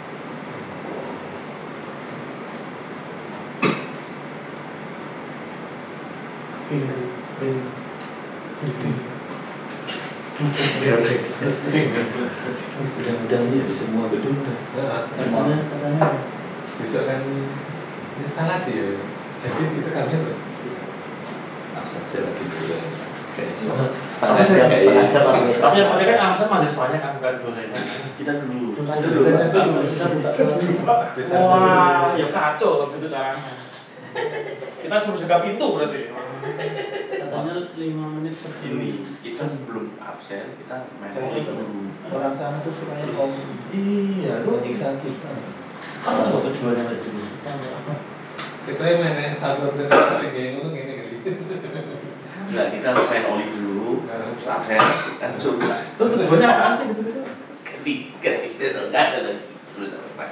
Mudah-mudahan ini di semua gedung dah. Nah, Semuanya katanya. besok kan instalasi ya. Jadi itu kan itu. Asal aja lagi dulu. Kayak Setengah jam, setengah jam administrasi. Tapi yang penting kan angkatan mahasiswanya kan bukan dosennya. kita dulu. Dosennya dulu. Kita buka Wah, ya kacau kalau gitu caranya. Kita suruh jaga pintu berarti. katanya lima menit per Ini kita sebelum absen kita main Jadi oli itu dulu. orang sana tuh sukanya om. Iya, lu nyiksa kita. Apa coba tujuannya itu? Kita yang main satu satu satu game itu gini kali. Enggak, kita main oli dulu. Terus absen kita masuk. Terus tujuannya apa sih gitu-gitu? Ketiga, kita enggak ada lagi. Sudah apa?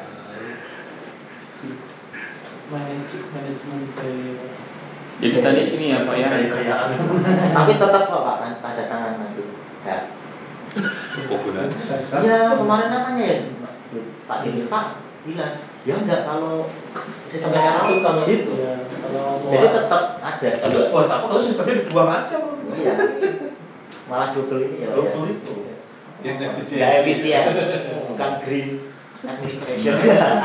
Manajemen dari Jadi tadi ini ya Pak ya. Kayak-kayaan. Tapi tetap kok Pak kan tanda tangan nanti. Ya. Kok benar? Iya, kemarin namanya ya Pak ini Pak bilang, ya enggak kalau sistemnya Arab kalau gitu. ya kalau mau Jadi tetap ada. Terus buat apa? Kalau sistemnya dibuang aja kok. Iya. Malah double ini ya. Double itu. Enggak efisien. Bukan green administration.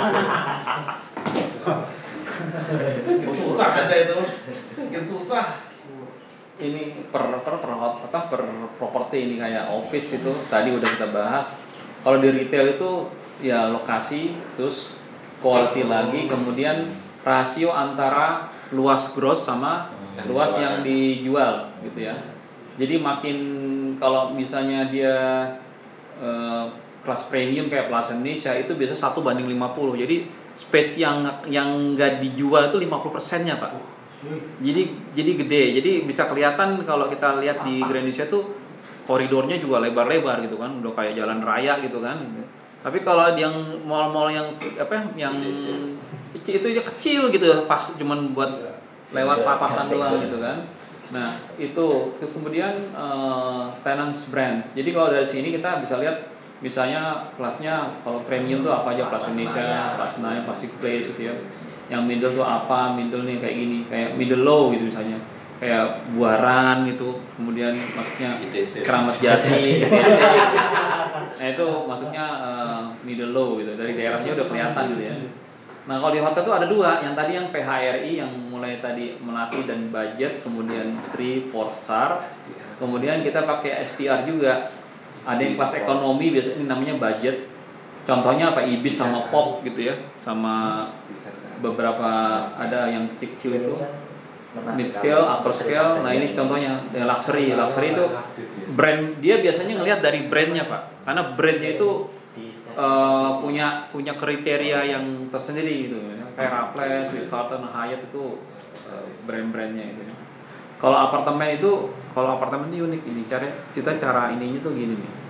Bikin susah aja itu. Bikin susah. Ini per per per hot- apa per properti ini kayak office itu tadi udah kita bahas. Kalau di retail itu ya lokasi, terus quality lagi, kemudian rasio antara luas gross sama luas yang dijual gitu ya. Jadi makin kalau misalnya dia eh, kelas premium kayak Plaza Indonesia itu biasa satu banding lima puluh. Jadi space yang yang nggak dijual itu lima puluh persennya Pak. Jadi jadi gede. Jadi bisa kelihatan kalau kita lihat di Grand Indonesia tuh koridornya juga lebar-lebar gitu kan, udah kayak jalan raya gitu kan. Tapi kalau yang mall-mall yang apa yang itu ya kecil gitu, pas cuman buat lewat papasan doang gitu kan. Nah itu kemudian uh, tenants brands. Jadi kalau dari sini kita bisa lihat misalnya kelasnya kalau premium tuh apa aja, Plaza Indonesia, Plaza Nine, Pacific Place gitu ya. Yang middle tuh apa, middle nih kayak gini, kayak middle low gitu misalnya, kayak Buaran gitu, kemudian maksudnya I T C. Keramat Jati, I T C. Nah itu maksudnya uh, middle low gitu, dari daerahnya udah kelihatan gitu ya. Nah kalau di hotel tuh ada dua, yang tadi yang P H R I yang mulai tadi Melati dan budget, kemudian three, four star, kemudian kita pakai S T R juga. Ada yang kelas ekonomi biasanya ini namanya budget. Contohnya apa, Ibis sama Pop gitu ya, sama beberapa ada yang kecil itu mid scale, upper scale. Nah ini contohnya ya, luxury. Luxury itu brand, dia biasanya ngelihat dari brandnya Pak, karena brandnya itu uh, punya punya kriteria yang tersendiri gitu. Kayak Raffles, Ritz Carlton, Hyatt itu uh, brand-brandnya itu. Kalau apartemen itu, kalau apartemen itu unik ini. Cara kita cara ininya tuh gini nih.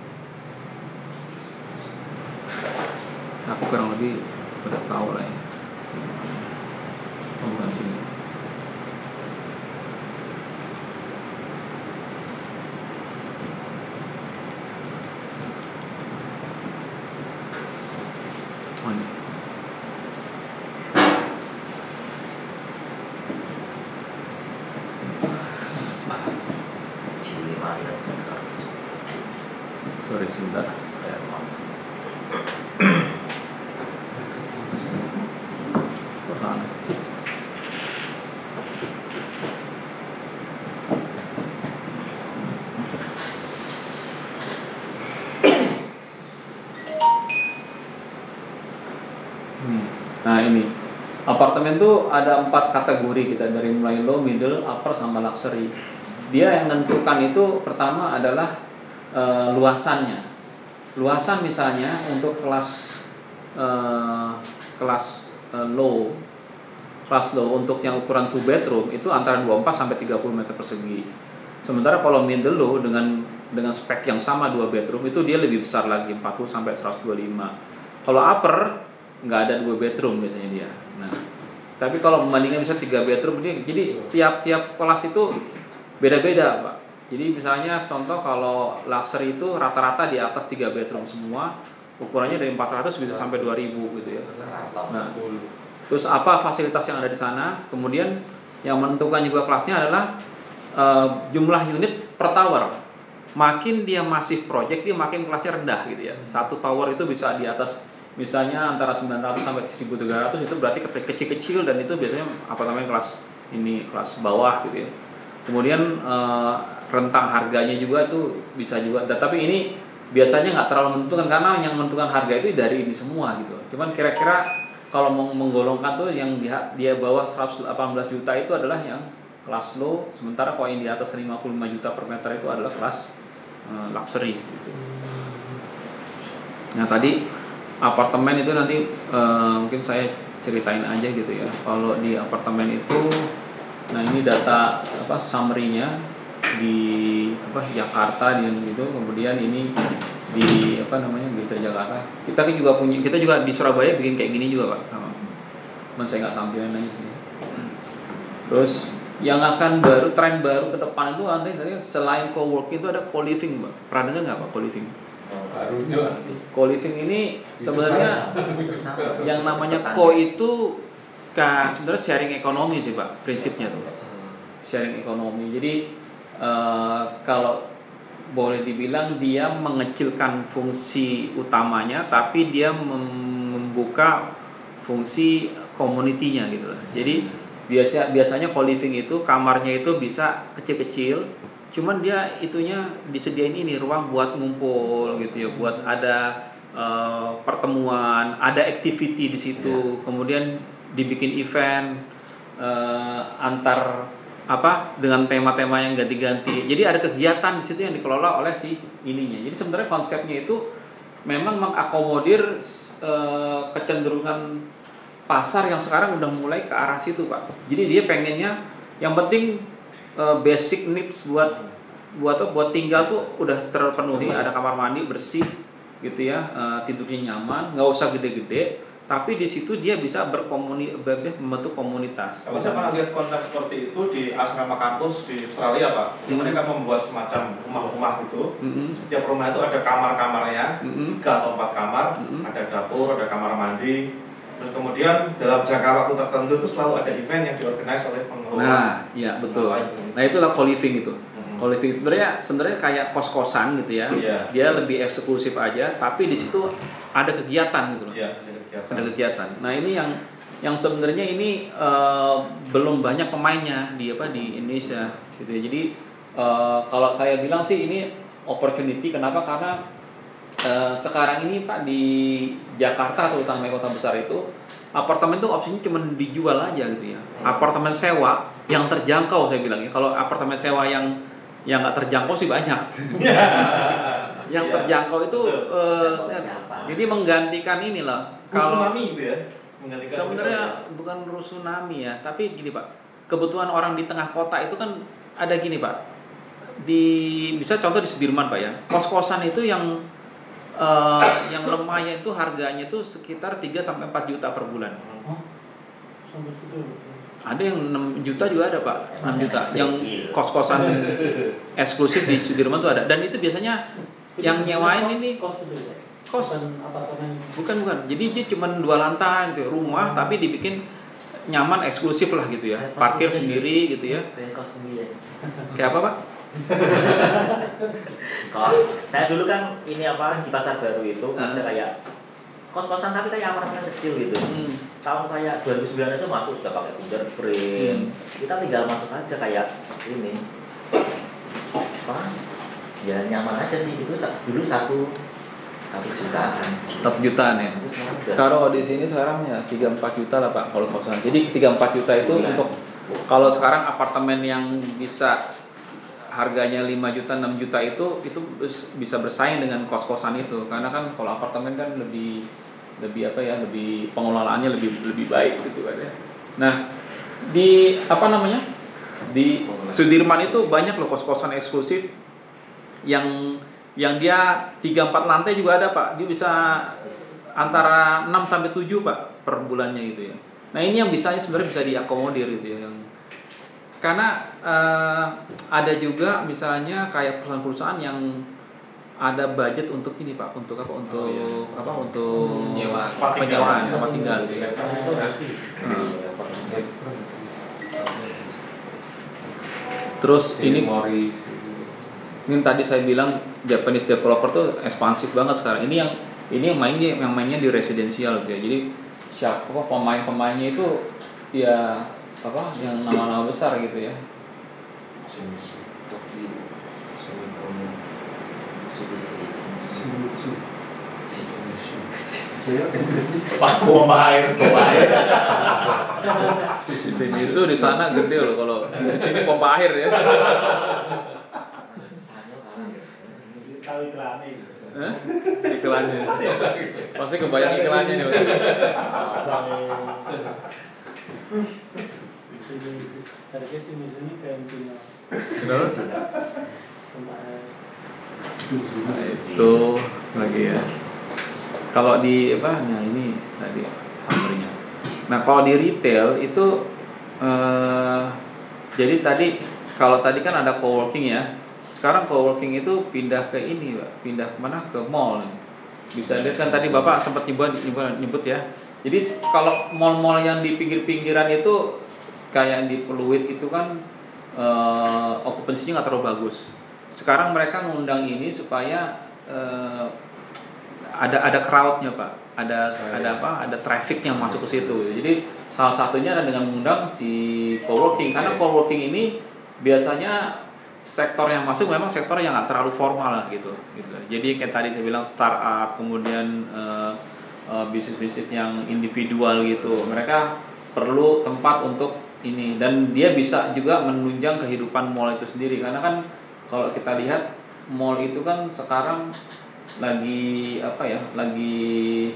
Aku kurang lebih udah tahu lah ya. Oh, bukan sini. Oh, ini. Cili mari besar. Sorry sebentar. Pertahanan. Hmm. Nah ini apartemen tuh ada empat kategori kita, dari mulai low, middle, upper sama luxury. Dia yang menentukan itu pertama adalah e, luasannya. Luasan misalnya untuk kelas e, kelas e, low, kelas low untuk yang ukuran two bedroom itu antara dua puluh empat sampai tiga puluh meter persegi. Sementara kalau middle low dengan dengan spek yang sama dua bedroom itu dia lebih besar lagi, empat puluh sampai seratus dua puluh lima. Kalau upper nggak ada dua bedroom biasanya dia. Nah, tapi kalau membandingkan bisa tiga bedroom dia, jadi tiap-tiap kelas itu beda-beda, Pak. Jadi misalnya contoh kalau luxury itu rata-rata di atas tiga bedroom semua, ukurannya dari empat ratus bisa sampai dua ribu gitu ya. Nah, terus apa fasilitas yang ada di sana? Kemudian yang menentukan juga kelasnya adalah uh, jumlah unit per tower. Makin dia masif project, dia makin kelasnya rendah gitu ya. Satu tower itu bisa di atas misalnya antara sembilan ratus sampai seribu tiga ratus, itu berarti kecil-kecil dan itu biasanya apartemen kelas ini kelas bawah gitu ya. Kemudian e, rentang harganya juga itu bisa juga, tapi ini biasanya nggak terlalu menentukan karena yang menentukan harga itu dari ini semua gitu. Cuman kira-kira kalau mau menggolongkan tuh yang dia, dia bawah seratus delapan belas juta itu adalah yang kelas low, sementara kalau yang di atas lima puluh lima juta per meter itu adalah kelas e, luxury gitu. Nah tadi apartemen itu nanti uh, mungkin saya ceritain aja gitu ya. Kalau di apartemen itu, nah ini data apa summary-nya di apa Jakarta di gitu. Kemudian ini di apa namanya Greater Jakarta. Kita kan juga punya, kita juga di Surabaya bikin kayak gini juga Pak. Sama. Cuman saya nggak tampilin aja sini. Terus yang akan baru tren baru ke depan itu nanti selain co-working itu ada co-living Pak. Pernah dengar nggak Pak co-living? Barunya Co-living ini sebenarnya yang namanya co itu kan sebenarnya sharing ekonomi sih Pak, prinsipnya tuh sharing ekonomi. Jadi uh, kalau boleh dibilang dia mengecilkan fungsi utamanya, tapi dia membuka fungsi community-nya gitu lah. Jadi biasa biasanya co-living itu kamarnya itu bisa kecil-kecil. Cuman dia itunya disediain ini ruang buat ngumpul gitu ya, buat ada uh, pertemuan, ada activity di situ, kemudian dibikin event uh, antar apa dengan tema-tema yang ganti-ganti. Jadi ada kegiatan di situ yang dikelola oleh si ininya. Jadi sebenarnya konsepnya itu memang mengakomodir uh, kecenderungan pasar yang sekarang udah mulai ke arah situ Pak. Jadi dia pengennya yang penting basic needs buat buat buat tinggal tuh udah terpenuhi, ada kamar mandi bersih gitu ya, uh, tidurnya nyaman, nggak usah gede-gede, tapi di situ dia bisa berkomuni membentuk komunitas. Kalau saya pernah lihat konsep seperti itu di asrama kampus di Australia Pak, di Hmm. mereka membuat semacam rumah-rumah gitu. Mm-hmm. Setiap rumah itu ada kamar-kamarnya, Mm-hmm. tiga atau empat kamar, Mm-hmm. ada dapur, ada kamar mandi. Terus kemudian dalam jangka waktu tertentu itu selalu ada event yang diorganize oleh pengelola. Nah, iya betul. Nah itulah co-living itu. Mm-hmm. Co-living sebenarnya sebenarnya kayak kos-kosan gitu ya. Iya. Dia lebih eksklusif aja, tapi di situ ada kegiatan gitu loh. Iya, ada kegiatan. Ada kegiatan. Nah ini yang yang sebenarnya ini uh, belum banyak pemainnya di apa di Indonesia gitu ya. Jadi uh, kalau saya bilang sih ini opportunity. Kenapa? Karena uh, sekarang ini Pak di Jakarta terutama kota besar itu apartemen tuh opsinya cuma dijual aja gitu ya. Apartemen sewa yang terjangkau saya bilang ya. Kalau apartemen sewa yang yang nggak terjangkau sih banyak. Yang Iya. terjangkau itu uh, Terjangkau siapa? jadi menggantikan inilah. Tsunami itu ya. Menggantikan Sebenarnya bukan tsunami ya, tapi gini Pak, kebutuhan orang di tengah kota itu kan ada gini Pak, di bisa contoh di Sudirman Pak ya, kos-kosan itu yang uh, yang lemahnya itu harganya itu sekitar tiga sampai empat juta per bulan. Sampai situ. Ada yang enam juta juga ada Pak, enam juta. Yang Gila. kos-kosan eksklusif di Sudirman tuh ada, dan itu biasanya yang nyewain ini kos itu ya. kos. Bukan apartemen. Bukan bukan. Jadi dia cuma dua lantai gitu, rumah tapi dibikin nyaman eksklusif lah gitu ya. Parkir sendiri gitu ya. Kayak kos sendiri. Kayak apa, Pak? Kos. Saya dulu kan ini apa di Pasar Baru itu Ah. ada kayak kos-kosan tapi kayak apartemen kecil gitu. Hmm. Tahun saya dua ribu sembilan aja masuk sudah pakai fingerprint. Hmm. Kita tinggal masuk aja kayak ini. Apa? Ya nyaman aja sih itu sa- dulu satu satu jutaan. Satu jutaan ya. Terus sekarang udah Sekarang di sini sekarang ya tiga sampai empat juta lah Pak kalau kosan. Jadi tiga sampai empat juta itu Bulan. untuk kalau sekarang apartemen yang bisa harganya lima juta enam juta itu itu bis- bisa bersaing dengan kos-kosan itu. Karena kan kalau apartemen kan lebih lebih apa ya, lebih pengelolaannya lebih lebih baik gitu kan ya. Nah, di apa namanya? Di Sudirman itu banyak loh kos-kosan eksklusif yang yang dia tiga empat lantai juga ada Pak. Dia bisa antara enam sampai tujuh Pak per bulannya gitu ya. Nah, ini yang bisa sebenarnya bisa diakomodir gitu ya. Yang karena eh, ada juga misalnya kayak perusahaan-perusahaan yang ada budget untuk ini Pak, untuk apa? Untuk Oh, iya. apa? Untuk Penyewaan. penyewaan tempat tinggal. Restorasi. Hmm. Terus ini Morris. ini tadi saya bilang Japanese developer tuh ekspansif banget sekarang. Ini yang ini yang mainnya yang mainnya di residensial gitu ya. Jadi siapa pemain-pemainnya itu ya apa yang nama-nama besar gitu ya. Tokyo, Sumitomo, Mitsubishi, Pak pompa air, pompa air. Shimizu di sana gede loh, kalau di sini pompa air ya. Tahu iklannya gitu. Hah? Iklannya. Pasti kebayang iklannya nih. Harusnya si Mizu ini kayak Cina. Terus? Tempat Nah, itu lagi ya. Kalau di apa? Nah ini tadi summary-nya. Nah kalau di retail itu eh, jadi tadi kalau tadi kan ada coworking ya. Sekarang coworking itu pindah ke ini, Pak. Pindah kemana? Ke mall. Bisa lihat kan tadi Bapak sempat nyebut nyebut, nyebut ya. Jadi kalau mall-mall yang di pinggir-pinggiran itu kayak di Pluit itu kan eh, okupansinya nggak terlalu bagus. Sekarang mereka ngundang ini supaya eh, ada ada crowdnya Pak, ada Oh, ada iya. apa, ada traffic yang masuk ke situ. Jadi salah satunya adalah dengan mengundang si coworking, karena Iya. coworking ini biasanya sektor yang masuk memang sektor yang nggak terlalu formal lah gitu. Gitu. Jadi kayak tadi saya bilang startup, kemudian eh, eh, bisnis-bisnis yang individual gitu, mereka perlu tempat untuk ini dan dia bisa juga menunjang kehidupan mall itu sendiri karena kan kalau kita lihat mall itu kan sekarang lagi apa ya, lagi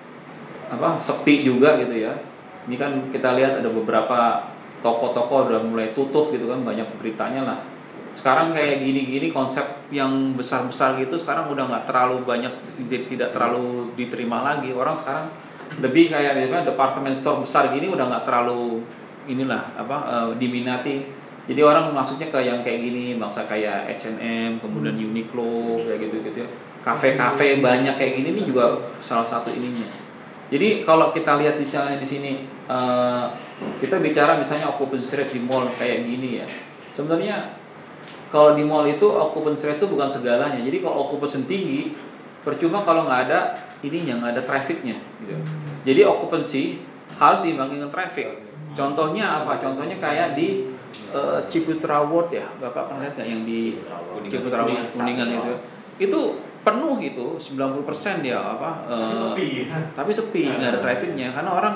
apa sepi juga gitu ya. Ini kan kita lihat ada beberapa toko-toko udah mulai tutup gitu kan, banyak beritanya lah. Sekarang kayak gini-gini konsep yang besar-besar gitu sekarang udah nggak terlalu banyak, tidak terlalu diterima lagi. Orang sekarang lebih kayak apa, department store besar gini udah nggak terlalu inilah apa uh, diminati. Jadi orang masuknya ke yang kayak gini, bangsa kayak H and M, kemudian Uniqlo kayak gitu-gitu. Kafe-kafe banyak kayak gini ini juga salah satu ininya. Jadi kalau kita lihat misalnya di sini uh, kita bicara misalnya occupancy rate di mall kayak gini ya. Sebenarnya kalau di mall itu occupancy rate itu bukan segalanya. Jadi kalau occupancy tinggi, percuma kalau nggak ada ininya, nggak ada trafficnya. Gitu. Jadi occupancy harus diimbangi dengan traffic. Contohnya apa? Contohnya kayak di uh, Ciputra World ya, Bapak pernah lihat nggak yang di Ciputra World Kuningan itu? Itu penuh itu sembilan puluh persen dia apa? Uh, Sepi. tapi sepi, nggak ada trafficnya karena orang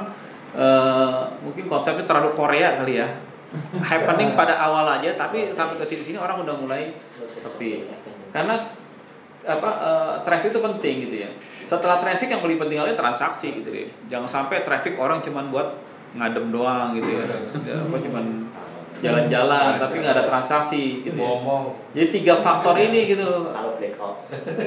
uh, mungkin konsepnya terlalu Korea kali ya. Happening pada awal aja, tapi sampai ke sini-sini orang udah mulai sepi. Karena apa uh, traffic itu penting gitu ya. Setelah traffic yang paling penting adalah transaksi gitu deh. Jangan sampai traffic orang cuman buat ngadem doang gitu ya. Ya, apa cuman jalan-jalan tapi nggak ada transaksi gitu ya. Ngomong. Jadi tiga faktor ini gitu. Kalau blackout.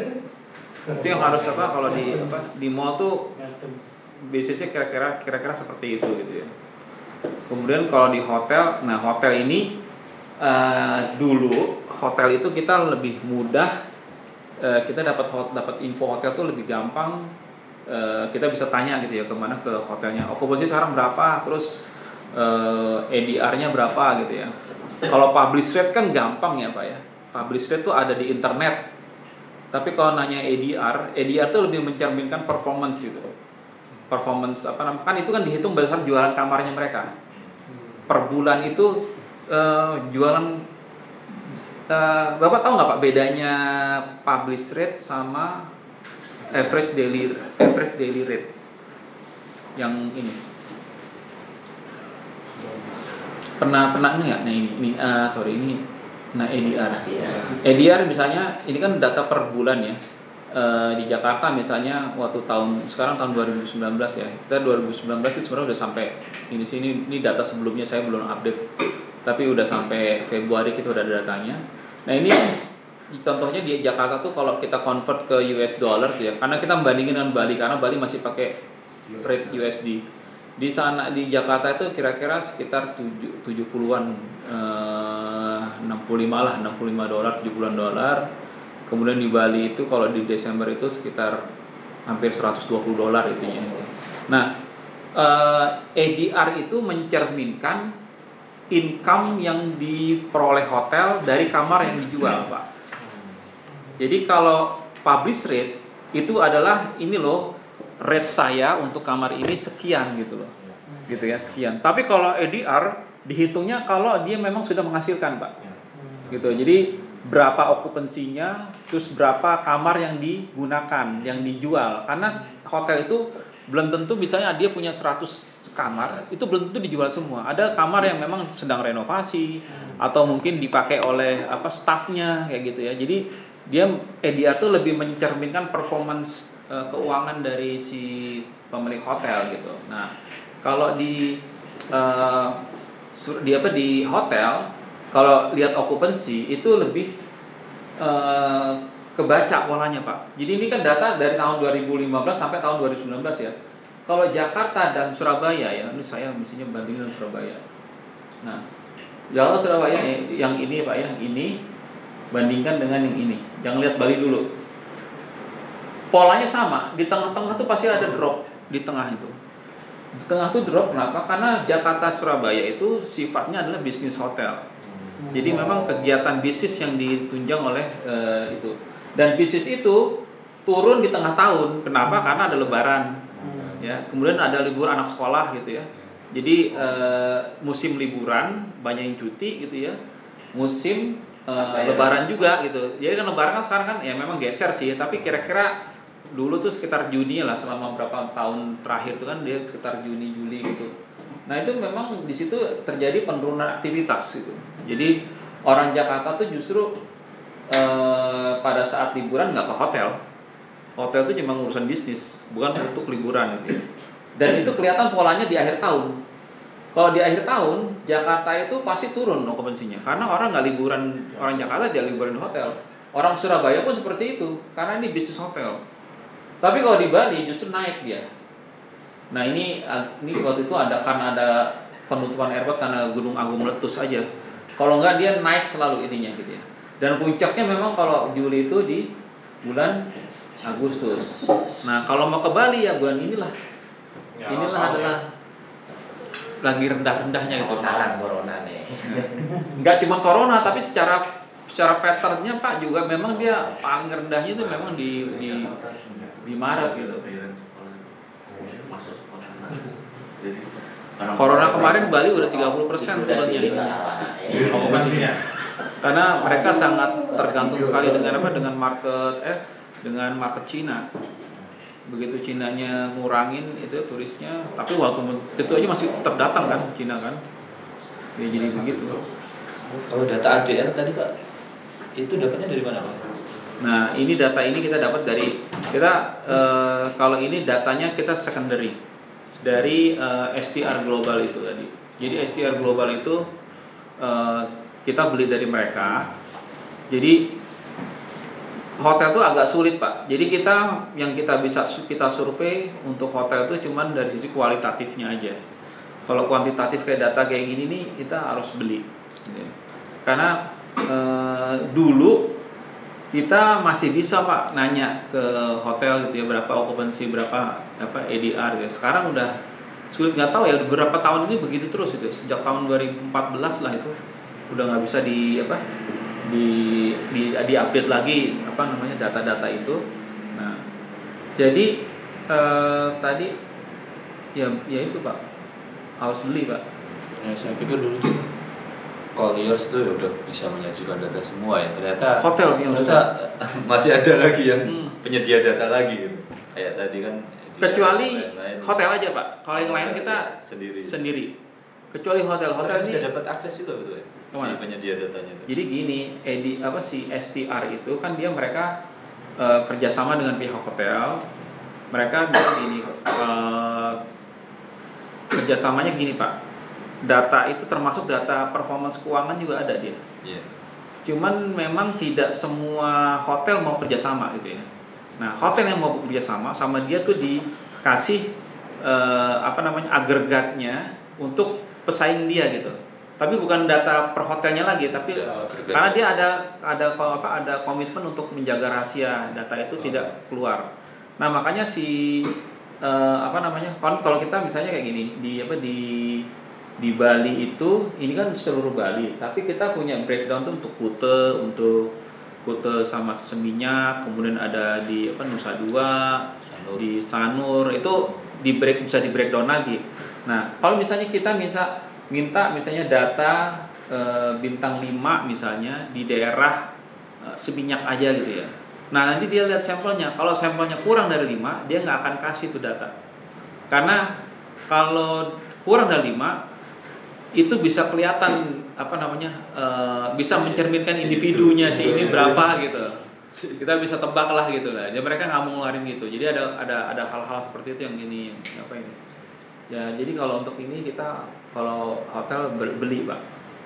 Itu yang harus apa kalau di apa di mall tuh Ngadem. bisnisnya kira-kira kira-kira seperti itu gitu ya. Kemudian kalau di hotel, nah hotel ini uh, dulu hotel itu kita lebih mudah uh, kita dapat dapat info hotel tuh lebih gampang. Uh, kita bisa tanya gitu ya kemana ke hotelnya. Okupansi sekarang berapa? Terus uh, A D R-nya berapa gitu ya. Kalau publish rate kan gampang ya Pak ya. Publish rate tuh ada di internet. Tapi kalau nanya A D R, A D R tuh lebih mencerminkan performance gitu. Performance apa namanya? Kan itu kan dihitung berdasarkan jualan kamarnya mereka. Per bulan itu uh, jualan uh, Bapak tahu nggak Pak bedanya publish rate sama average daily average daily rate yang ini pernah pernah ini nggak? Nah ini, ini uh, sorry ini nah A D R. A D R misalnya ini kan data per bulan ya. Uh, di Jakarta misalnya waktu tahun sekarang tahun dua ribu sembilan belas ya. Kita dua ribu sembilan belas itu sebenarnya udah sampai ini sini ini data sebelumnya saya belum update. Tapi udah sampai Februari kita udah ada datanya. Nah ini contohnya di Jakarta tuh kalau kita convert ke U S dollar tuh ya, karena kita bandingin dengan Bali karena Bali masih pakai rate U S D. Di sana di Jakarta itu kira-kira sekitar tujuh puluhan eh, enam puluh lima lah, enam puluh lima dolar, tujuh puluhan dolar. Kemudian di Bali itu kalau di Desember itu sekitar hampir seratus dua puluh dolar itunya. Nah, eh, A D R itu mencerminkan income yang diperoleh hotel dari kamar yang dijual, Pak. Jadi kalau publish rate itu adalah ini loh rate saya untuk kamar ini sekian gitu loh, gitu ya sekian. Tapi kalau A D R dihitungnya kalau dia memang sudah menghasilkan Pak, gitu. Jadi berapa okupansinya, terus berapa kamar yang digunakan, yang dijual. Karena hotel itu belum tentu misalnya dia punya seratus kamar itu belum tentu dijual semua. Ada kamar yang memang sedang renovasi atau mungkin dipakai oleh apa staffnya kayak gitu ya. Jadi dia A D R tuh lebih mencerminkan performance uh, keuangan dari si pemilik hotel gitu. Nah, kalau di uh, di apa di hotel, kalau lihat occupancy itu lebih uh, kebaca polanya Pak. Jadi ini kan data dari tahun dua ribu lima belas sampai tahun dua ribu sembilan belas ya. Kalau Jakarta dan Surabaya ya, ini saya mestinya bandingin dengan Surabaya. Nah, kalau Surabaya yang ini Pak, yang ini bandingkan dengan yang ini. Jangan lihat Bali dulu. Polanya sama, di tengah-tengah tuh pasti ada drop di tengah itu. Di tengah tuh drop kenapa? Karena Jakarta Surabaya itu sifatnya adalah bisnis hotel. Jadi memang kegiatan bisnis yang ditunjang oleh uh, itu. Dan bisnis itu turun di tengah tahun. Kenapa? Karena ada lebaran. Ya, kemudian ada libur anak sekolah gitu ya. Jadi uh, musim liburan banyak yang cuti gitu ya. Musim uh, lebaran juga gitu. Jadi kan lebaran kan sekarang kan ya memang geser sih, tapi kira-kira dulu tuh sekitar Juni lah, selama berapa tahun terakhir tuh kan dia sekitar Juni Juli gitu. Nah, itu memang di situ terjadi penurunan aktivitas gitu. Jadi orang Jakarta tuh justru uh, pada saat liburan nggak ke hotel. Hotel itu cuma urusan bisnis, bukan untuk liburan gitu. Dan itu kelihatan polanya di akhir tahun. Kalau di akhir tahun, Jakarta itu pasti turun okupansinya. Karena orang nggak liburan, orang Jakarta dia liburan di hotel. Orang Surabaya pun seperti itu, karena ini bisnis hotel. Tapi kalau di Bali justru naik dia. Nah ini, ini waktu itu ada karena ada penutupan airport karena Gunung Agung meletus aja. Kalau nggak dia naik selalu ininya gitu ya. Dan puncaknya memang kalau Juli itu di bulan Agustus. Nah kalau mau ke Bali ya bulan inilah, ya, inilah adalah ya. Lagi rendah-rendahnya itu. Sekarang corona nih. Enggak cuma corona tapi secara secara patternnya Pak juga memang dia paling rendahnya itu memang di di di Maret gitu. Corona kemarin Bali udah tiga puluh persen turunnya ini. Karena mereka sangat tergantung sekali dengan apa dengan market eh dengan market Cina. Begitu Cinanya ngurangin itu turisnya, tapi waktu itu aja masih tetap datang kan Cina kan. Ya jadi begitu. Kalau data A D R tadi Pak, itu dapatnya dari mana Pak? Nah, ini data ini kita dapat dari kita eh, kalau ini datanya kita secondary dari eh, S T R Global itu tadi. Jadi S T R Global itu eh, kita beli dari mereka. Jadi hotel itu agak sulit Pak. Jadi kita yang kita bisa kita survei untuk hotel itu cuman dari sisi kualitatifnya aja. Kalau kuantitatif kayak data kayak gini nih kita harus beli. Karena eh, dulu kita masih bisa Pak nanya ke hotel gitu ya berapa okupansi, berapa apa A D R gitu. Sekarang udah sulit, nggak tahu ya beberapa tahun ini begitu terus itu. Sejak tahun dua ribu empat belas lah itu udah nggak bisa di apa di di di update lagi apa namanya data-data itu. Nah, jadi eh, tadi ya ya itu Pak harus beli Pak. Ya, saya pikir dulu tuh Colliers tuh udah bisa menyajikan data semua ya. Ternyata Hotel yang ternyata masih ada lagi yang Hmm. penyedia data lagi gitu. Kayak tadi kan Kecuali lain-lain. hotel aja Pak. Kalau yang lain kita sendiri. sendiri. Kecuali hotel-hotel Hotel bisa ini. dapat akses juga betul ya. Si Kemana? penyedia datanya itu. Jadi gini, edi apa sih S T R itu kan dia mereka eh, kerjasama dengan pihak hotel. Mereka bilang gini, eh, kerjasamanya gini Pak. Data itu termasuk data performance keuangan juga ada dia. Iya. Cuman memang tidak semua hotel mau kerjasama gitu ya. Nah hotel yang mau kerjasama sama dia tuh dikasih eh, apa namanya agregatnya untuk pesaing dia gitu. Tapi bukan data per hotelnya lagi, tapi Ya, agregat. karena dia ada ada apa ada komitmen untuk menjaga rahasia data itu Oh. tidak keluar. Nah makanya si eh, apa namanya kan kalau kita misalnya kayak gini di apa di di Bali itu ini kan seluruh Bali, tapi kita punya breakdown tuh untuk Kute, untuk Kute sama Seminyak, kemudian ada di apa Nusa Dua, Sanur. di Sanur itu di break bisa di breakdown lagi. Nah kalau misalnya kita minta minta misalnya data e, bintang lima misalnya di daerah e, Seminyak aja gitu ya. Nah nanti dia lihat sampelnya, kalau sampelnya kurang dari lima dia nggak akan kasih itu data. Karena kalau kurang dari lima itu bisa kelihatan apa namanya e, bisa mencerminkan individunya si ini berapa gitu. Kita bisa tebak lah gitu lah. Dia mereka nggak mau ngeluarin gitu. Jadi ada ada ada hal-hal seperti itu yang ini apa ini. Ya jadi kalau untuk ini kita kalau hotel beli Pak.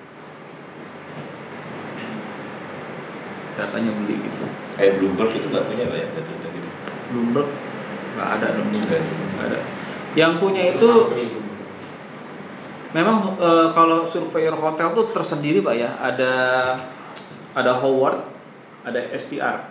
Datanya beli gitu. Kayak Bloomberg itu nggak punya Pak ya data-data gitu. Bloomberg nggak ada dong. Nggak ada. Yang punya itu memang e, kalau surveyor hotel tuh tersendiri Pak ya. Ada ada Howard, ada S T R.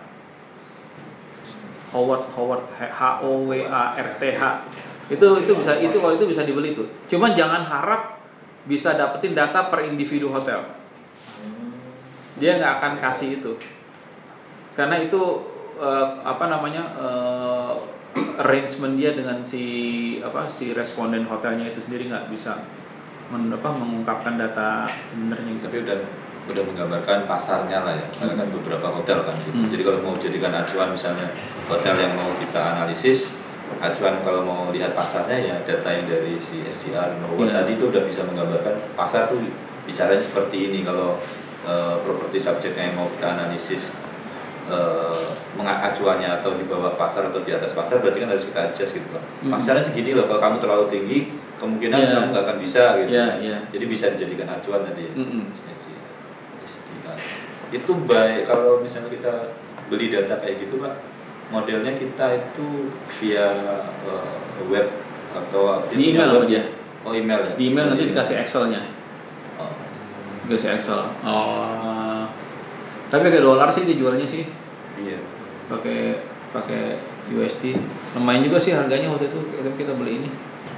Howard Howard H O W A R T H. Itu itu bisa itu kalau itu bisa dibeli tuh. Cuman jangan harap bisa dapetin data per individu hotel. Dia nggak akan kasih itu. Karena itu eh, apa namanya eh, arrangement dia dengan si apa si responden hotelnya itu sendiri nggak bisa men, apa, mengungkapkan data sebenarnya gitu. Tapi udah udah menggambarkan pasarnya lah ya. Karena kan beberapa hotel kan gitu. Hmm. Jadi kalau mau jadikan acuan misalnya hotel yang mau kita analisis, acuan kalau mau lihat pasarnya ya data yang dari si S D R Nowat Yeah. tadi itu udah bisa menggambarkan pasar tuh bicaranya seperti ini. Kalau uh, properti subjeknya yang mau kita analisis uh, acuannya atau di bawah pasar atau di atas pasar berarti kan harus kita adjust gitu loh. Mm. Pasarnya segini loh, kalau kamu terlalu tinggi kemungkinan Yeah. kamu nggak akan bisa gitu. Yeah, yeah. Jadi bisa dijadikan acuan tadi. Mm-mm. S D R. Itu baik kalau misalnya kita beli data kayak gitu Pak, modelnya kita itu via uh, web atau Di email web sama dia. Oh email ya. Di email Oh, nanti dikasih Excel-nya. Oh, Dikasih Excel. Oh. Tapi pakai dolar sih dijualnya sih. iya. Pakai pakai U S D. Lumayan juga sih harganya waktu itu kita, kita beli ini.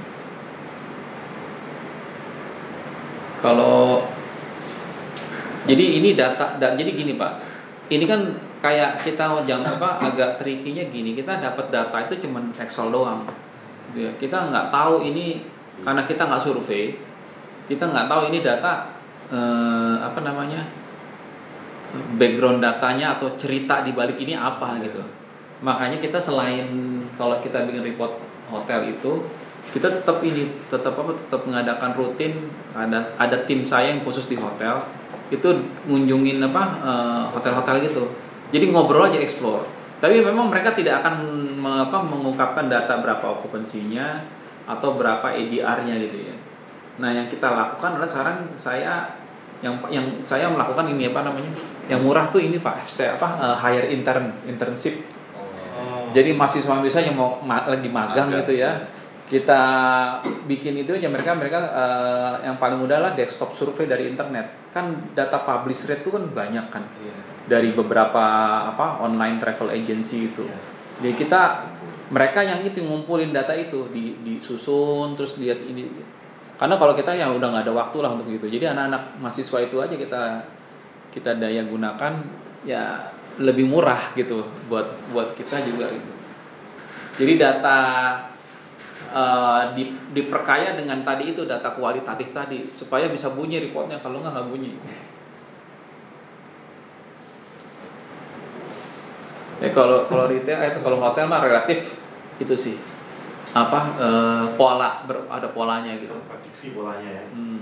Kalau jadi ini data da, jadi gini Pak. Ini kan kayak kita jangan apa agak tricky-nya gini, kita dapat data itu cuma Excel doang. Gitu ya. Kita nggak tahu ini karena kita nggak survei, kita nggak tahu ini data eh, apa namanya background datanya atau cerita di balik ini apa gitu. Makanya kita selain kalau kita bikin report hotel itu, kita tetap ini tetap apa tetap mengadakan rutin ada ada tim saya yang khusus di hotel itu ngunjungin apa eh, hotel-hotel gitu. Jadi ngobrol aja explore. Tapi memang mereka tidak akan me, apa, mengungkapkan data berapa okupansinya atau berapa A D R-nya gitu ya. Nah, yang kita lakukan adalah sekarang saya yang yang saya melakukan ini apa namanya? Yang murah tuh ini Pak, saya apa uh, hire intern, internship. Oh. Jadi mahasiswa-mahasiswa yang mau ma- lagi magang Magang, gitu ya. kita bikin itu aja mereka mereka uh, yang paling mudah lah desktop survei dari internet. Kan data publish rate itu kan banyak kan. Iya. Dari beberapa apa online travel agency itu. Jadi kita mereka yang itu ngumpulin data itu di disusun terus lihat ini. Karena kalau kita yang udah nggak ada waktu lah untuk itu. Jadi anak-anak mahasiswa itu aja kita kita daya gunakan ya lebih murah gitu buat buat kita juga gitu. Jadi data uh, di, diperkaya dengan tadi itu data kualitatif tadi supaya bisa bunyi reportnya, kalau nggak nggak bunyi. Ya kalau kalau retail, eh, kalau hotel mah relatif itu sih apa uh, pola ber, ada polanya gitu. Prediksi polanya ya. Hmm.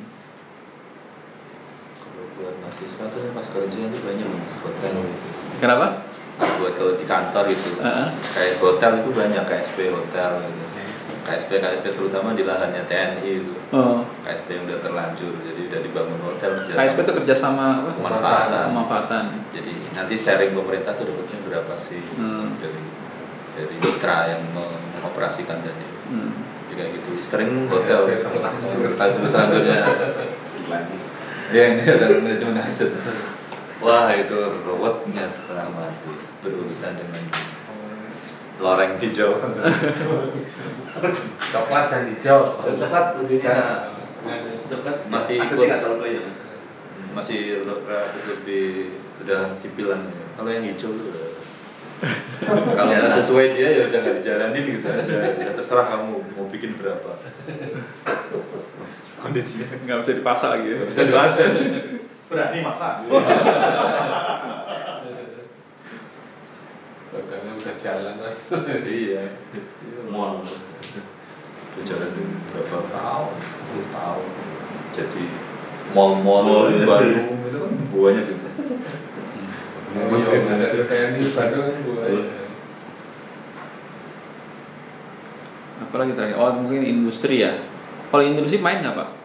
Kalau buat mahasiswa tuh pas kerja tuh banyak mas hotel. Kenapa? Buat kalau di kantor itu, Uh-huh. kayak hotel itu banyak K S P hotel gitu. K S P K S P terutama di lahannya T N I itu. Oh. K S P yang udah terlanjur, jadi udah dibangun hotel. K S P itu kerjasama apa? Pemanfaatan. Pemanfaatan. Jadi nanti sharing pemerintah tuh dapatnya berapa sih Hmm. dari dari mitra yang mengoperasikan tadi. Hmm. Jadi kayak gitu. Sering hotel. K S P terlanjur. K S P terlanjurnya. Iya, ini ada manajemen aset. Wah itu robotnya setengah mati berurusan dengan loreng hijau. Coklat dan hijau. Coklat lebih Nah, coklat masih Asetnya nggak terlalu banyak mas. masih relatif lebih udah sipilan ya. Kalau yang hijau tuh udah kalau nggak sesuai dia ya udah nggak dijalanin gitu aja. Ya terserah kamu mau bikin berapa. Kondisinya Nggak bisa dipaksa lagi. Ya. nggak bisa dibahas. Berani maksa. hotelnya udah jalan mas. Iya. Mall. Udah jalan berapa tahun? sepuluh tahun. Jadi mall-mall di Bandung itu kan banyak gitu. Iya, masa T N I Bandung kan buaya. Apa lagi terakhir? Oh mungkin industri ya. Kalau industri main nggak pak?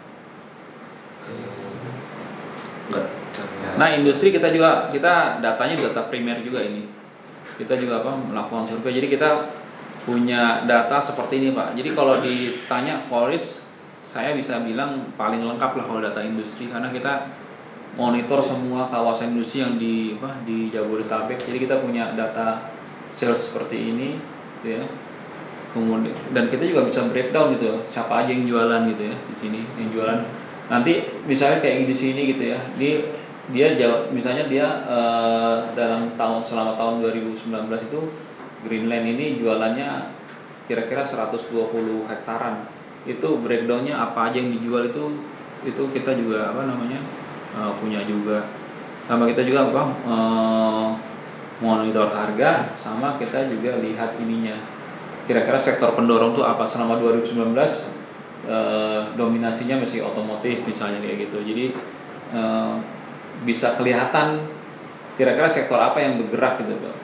Enggak. Nah industri kita juga kita datanya data primer juga ini. Kita juga apa melakukan survei. Jadi kita punya data seperti ini pak. Jadi kalau ditanya Khoris, saya bisa bilang paling lengkap lah kalau data industri karena kita monitor semua kawasan industri yang di apa di Jabodetabek. Jadi kita punya data sales seperti ini, gitu ya. Kemudian dan kita juga bisa breakdown gitu, siapa aja yang jualan gitu ya di sini yang jualan. Nanti misalnya kayak di sini gitu ya, di dia jawab misalnya dia uh, dalam tahun selama tahun dua ribu sembilan belas itu Greenland ini jualannya kira-kira seratus dua puluh hektaran. Itu breakdownnya apa aja yang dijual itu itu kita juga apa namanya uh, punya juga. Sama kita juga apa uh, monitor harga, sama kita juga lihat ininya. Kira-kira sektor pendorong tuh apa selama dua ribu sembilan belas uh, dominasinya masih otomotif misalnya kayak gitu. Jadi uh, bisa kelihatan kira-kira sektor apa yang bergerak gitu Pak.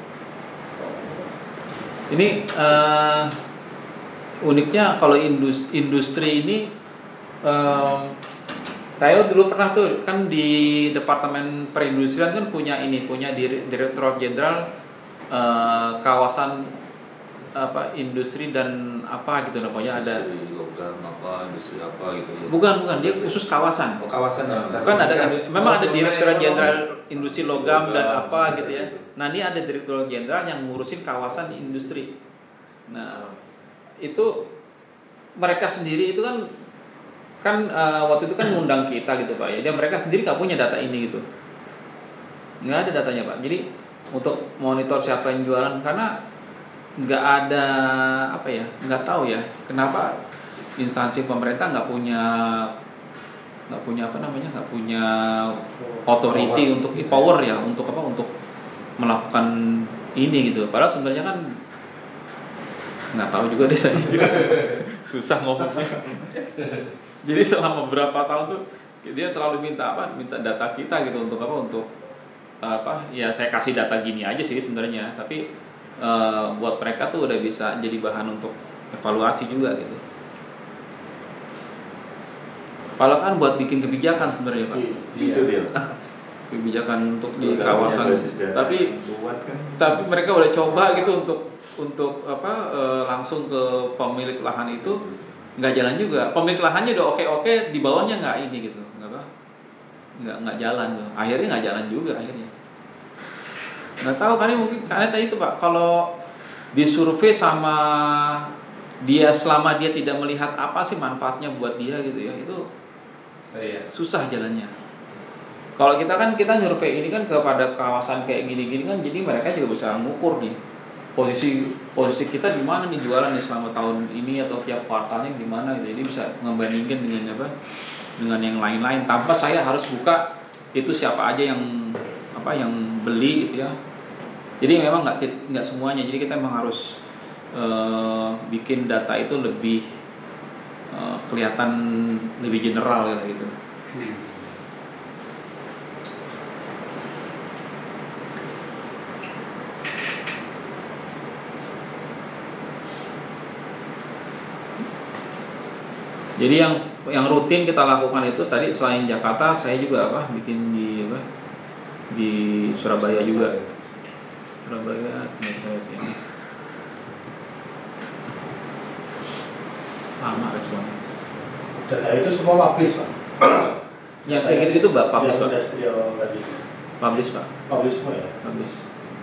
Ini uh, uniknya kalau industri, industri ini um, saya dulu pernah tuh kan di Departemen Perindustrian kan punya ini punya Direktorat Jenderal uh, kawasan apa industri dan apa gitu namanya ada industri logam apa industri apa gitu ya. Bukan bukan dia khusus kawasan. Oh, kawasan ya. Kan ada memang ada Direktorat Jenderal Industri Logam dan Logam, apa bisa gitu ya. gitu. Nah, ini ada Direktorat Jenderal yang ngurusin kawasan industri. Nah, itu mereka sendiri itu kan kan uh, waktu itu kan ngundang kita gitu Pak ya. Dia mereka sendiri nggak punya data ini gitu. Nggak ada datanya Pak. Jadi untuk monitor siapa yang jualan karena nggak ada apa ya, nggak tahu ya kenapa instansi pemerintah nggak punya nggak punya apa namanya nggak punya authority power. Untuk power ya untuk apa untuk melakukan ini gitu. Padahal sebenarnya kan nggak tahu juga deh saya susah ngomongnya. Jadi selama beberapa tahun tuh dia selalu minta apa minta data kita gitu untuk apa untuk apa ya saya kasih data gini aja sih sebenarnya tapi Uh, buat mereka tuh udah bisa jadi bahan untuk evaluasi juga gitu. Padahal kan buat bikin kebijakan sebenarnya Pak. Itu dia. Kebijakan untuk di Udah kawasan. punya basis data Tapi buat kan. tapi mereka udah coba gitu untuk untuk apa uh, langsung ke pemilik lahan itu nggak jalan juga. Pemilik lahannya udah oke-oke, di bawahnya nggak ini gitu, nggak apa, nggak nggak jalan tuh. Akhirnya nggak jalan juga akhirnya. Nggak tahu kan mungkin karena tadi itu Pak, kalau disurvei sama dia selama dia tidak melihat apa sih manfaatnya buat dia gitu ya, itu Iya. susah jalannya. Kalau kita kan kita nyurvei ini kan kepada kawasan kayak gini-gini kan, jadi mereka juga bisa ngukur nih posisi posisi kita di mana nih jualan nih selama tahun ini atau tiap kuartalnya di mana gitu. Jadi bisa ngebandingin dengan apa dengan yang lain-lain tanpa saya harus buka itu siapa aja yang apa yang beli gitu ya. Jadi memang nggak nggak semuanya. Jadi kita memang harus uh, bikin data itu lebih uh, kelihatan lebih general ya gitu. Hmm. Jadi yang yang rutin kita lakukan itu tadi selain Jakarta, saya juga apa bikin di apa di Surabaya juga. Surabaya, saya ini lama responnya. Data itu semua publish Pak. Yang kayak gitu itu Pak, publish Pak. Industrial tadi. Publish Pak. Publish semua ya. Publish.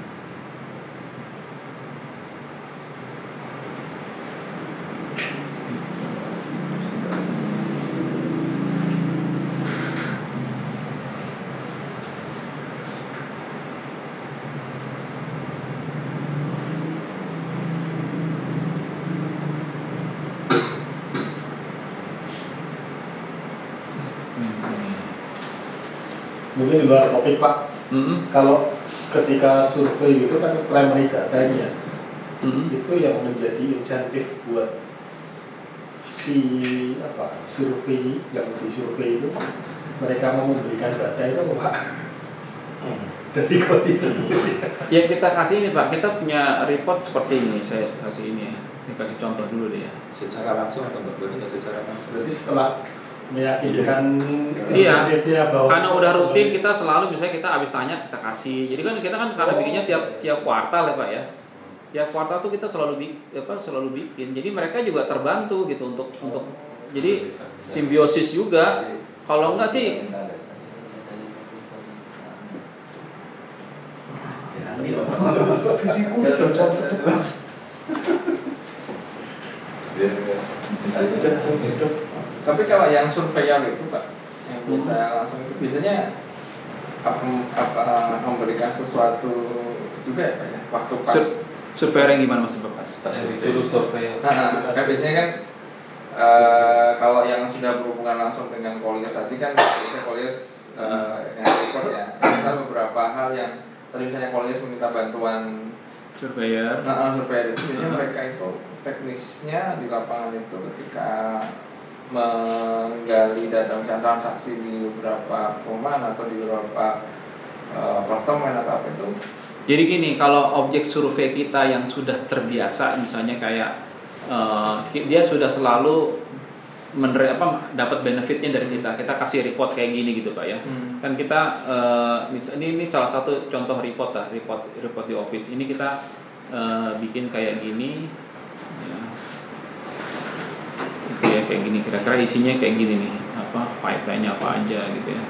Mungkin di luar topik Pak. Mm-hmm. Kalau ketika survei itu kan primary datanya, Mm-hmm. itu yang menjadi insentif buat si apa survei yang disurvei itu mereka mau memberikan data itu apa Pak? Hmm. Dari kondisi. Ya kita kasih ini Pak, kita punya report seperti ini, saya kasih ini ya. Saya kasih contoh dulu deh ya. Secara langsung atau berarti nggak secara langsung? Berarti setelah meyakinkan Iya, insentifnya bahwa karena udah rutin kita selalu misalnya kita habis tanya kita kasih. Jadi kan kita kan karena bikinnya tiap tiap kuartal ya Pak ya. Tiap kuartal tuh kita selalu bikin, apa selalu bikin. Jadi mereka juga terbantu gitu untuk untuk jadi simbiosis juga. Kalau enggak sih Tapi kalau yang surveyor itu Pak, yang biasa langsung itu biasanya apa, apa memberikan sesuatu juga ya Pak ya, waktu pas Sur- surveyor yang gimana maksudnya Pak? Pas disuruh survei. Nah, kan biasanya kan uh, kalau yang sudah berhubungan langsung dengan Colliers tadi kan biasanya Colliers uh, yang report ya, misal beberapa hal yang tadi misalnya Colliers meminta bantuan Surveyor. nah, surveyor itu biasanya mereka itu teknisnya di lapangan itu ketika menggali data misalnya transaksi di beberapa perumahan atau di beberapa uh, apartemen atau apa itu. Jadi gini, kalau objek survei kita yang sudah terbiasa, misalnya kayak uh, dia sudah selalu mener apa dapat benefitnya dari kita, kita kasih report kayak gini gitu Pak ya. Hmm. Kan kita uh, ini ini salah satu contoh report lah, report report di office. Ini kita uh, bikin kayak gini, ya. Gitu ya kayak gini. Kira-kira isinya kayak gini nih, apa pipeline-nya apa aja gitu ya.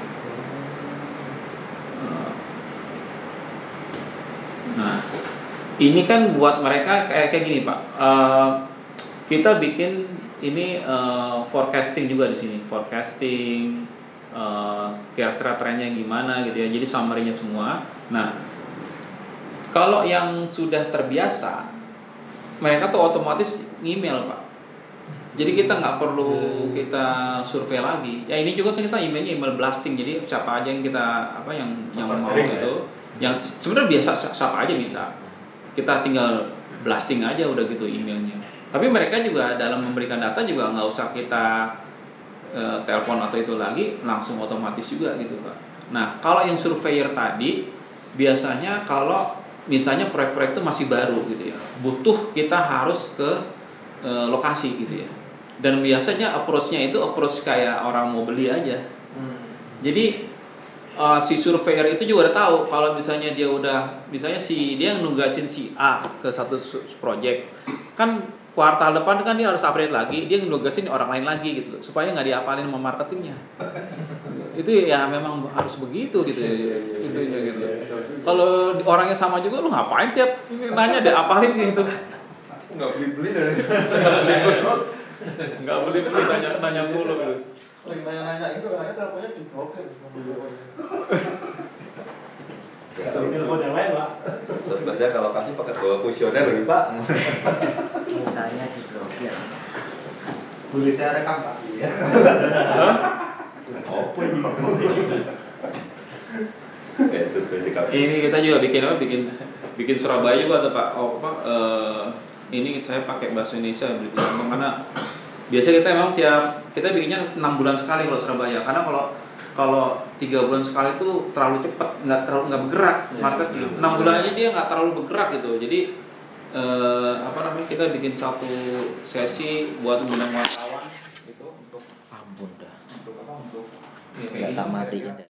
Nah, ini kan buat mereka kayak kayak gini Pak. Uh, kita bikin ini uh, forecasting juga di sini, forecasting uh, kira-kira trennya gimana gitu ya. Jadi summary-nya semua. Nah, kalau yang sudah terbiasa, mereka tuh otomatis email Pak. Jadi kita nggak perlu kita survei lagi. Ya ini juga kan kita emailnya email blasting. Jadi siapa aja yang kita apa yang yang mau gitu. Yang sebenarnya biasa siapa aja bisa, kita tinggal blasting aja udah gitu emailnya. Tapi mereka juga dalam memberikan data juga nggak usah kita e, telepon atau itu lagi, langsung otomatis juga gitu Pak. Nah kalau yang surveyor tadi biasanya kalau misalnya proyek-proyek itu masih baru gitu ya, butuh kita harus ke e, lokasi gitu ya. Dan biasanya approach-nya itu approach kayak orang mau beli aja. Hmm. Jadi uh, si surveyor itu juga udah tahu kalau misalnya dia udah misalnya si dia nugasin si A ke satu su- project kan kuartal depan kan dia harus upgrade lagi, dia nugasin orang lain lagi gitu supaya nggak diapalin sama marketingnya. Itu ya memang harus begitu gitu ya, itunya gitu. Kalau orangnya sama juga lu ngapain tiap nanya deh apalin gitu. Nggak beli-beli dari Terus nggak beli beli nanya nanya mulu gitu. Sering nanya-nanya itu akhirnya teleponnya diblokir. Sering telepon yang lain, Pak. Sebenarnya kalau kasih pakai bawa kuesioner lagi Pak. Mintanya diblokir. Boleh saya rekam Pak? Iya. Apa ini? Eh, sudah dikasih. Ini kita juga bikin apa? Bikin bikin Surabaya juga ada Pak. Oh, apa? eh, ini saya pakai bahasa Indonesia bilang kemana? Biasanya kita memang tiap kita bikinnya enam bulan sekali kalau Surabaya. Karena kalau kalau tiga bulan sekali itu terlalu cepat, nggak terlalu nggak bergerak market. Enam bulan aja dia nggak terlalu bergerak gitu. Jadi eh, apa namanya kita bikin satu sesi buat undang wartawan gitu untuk Ampun dah. untuk apa untuk Nggak tak matiin dah.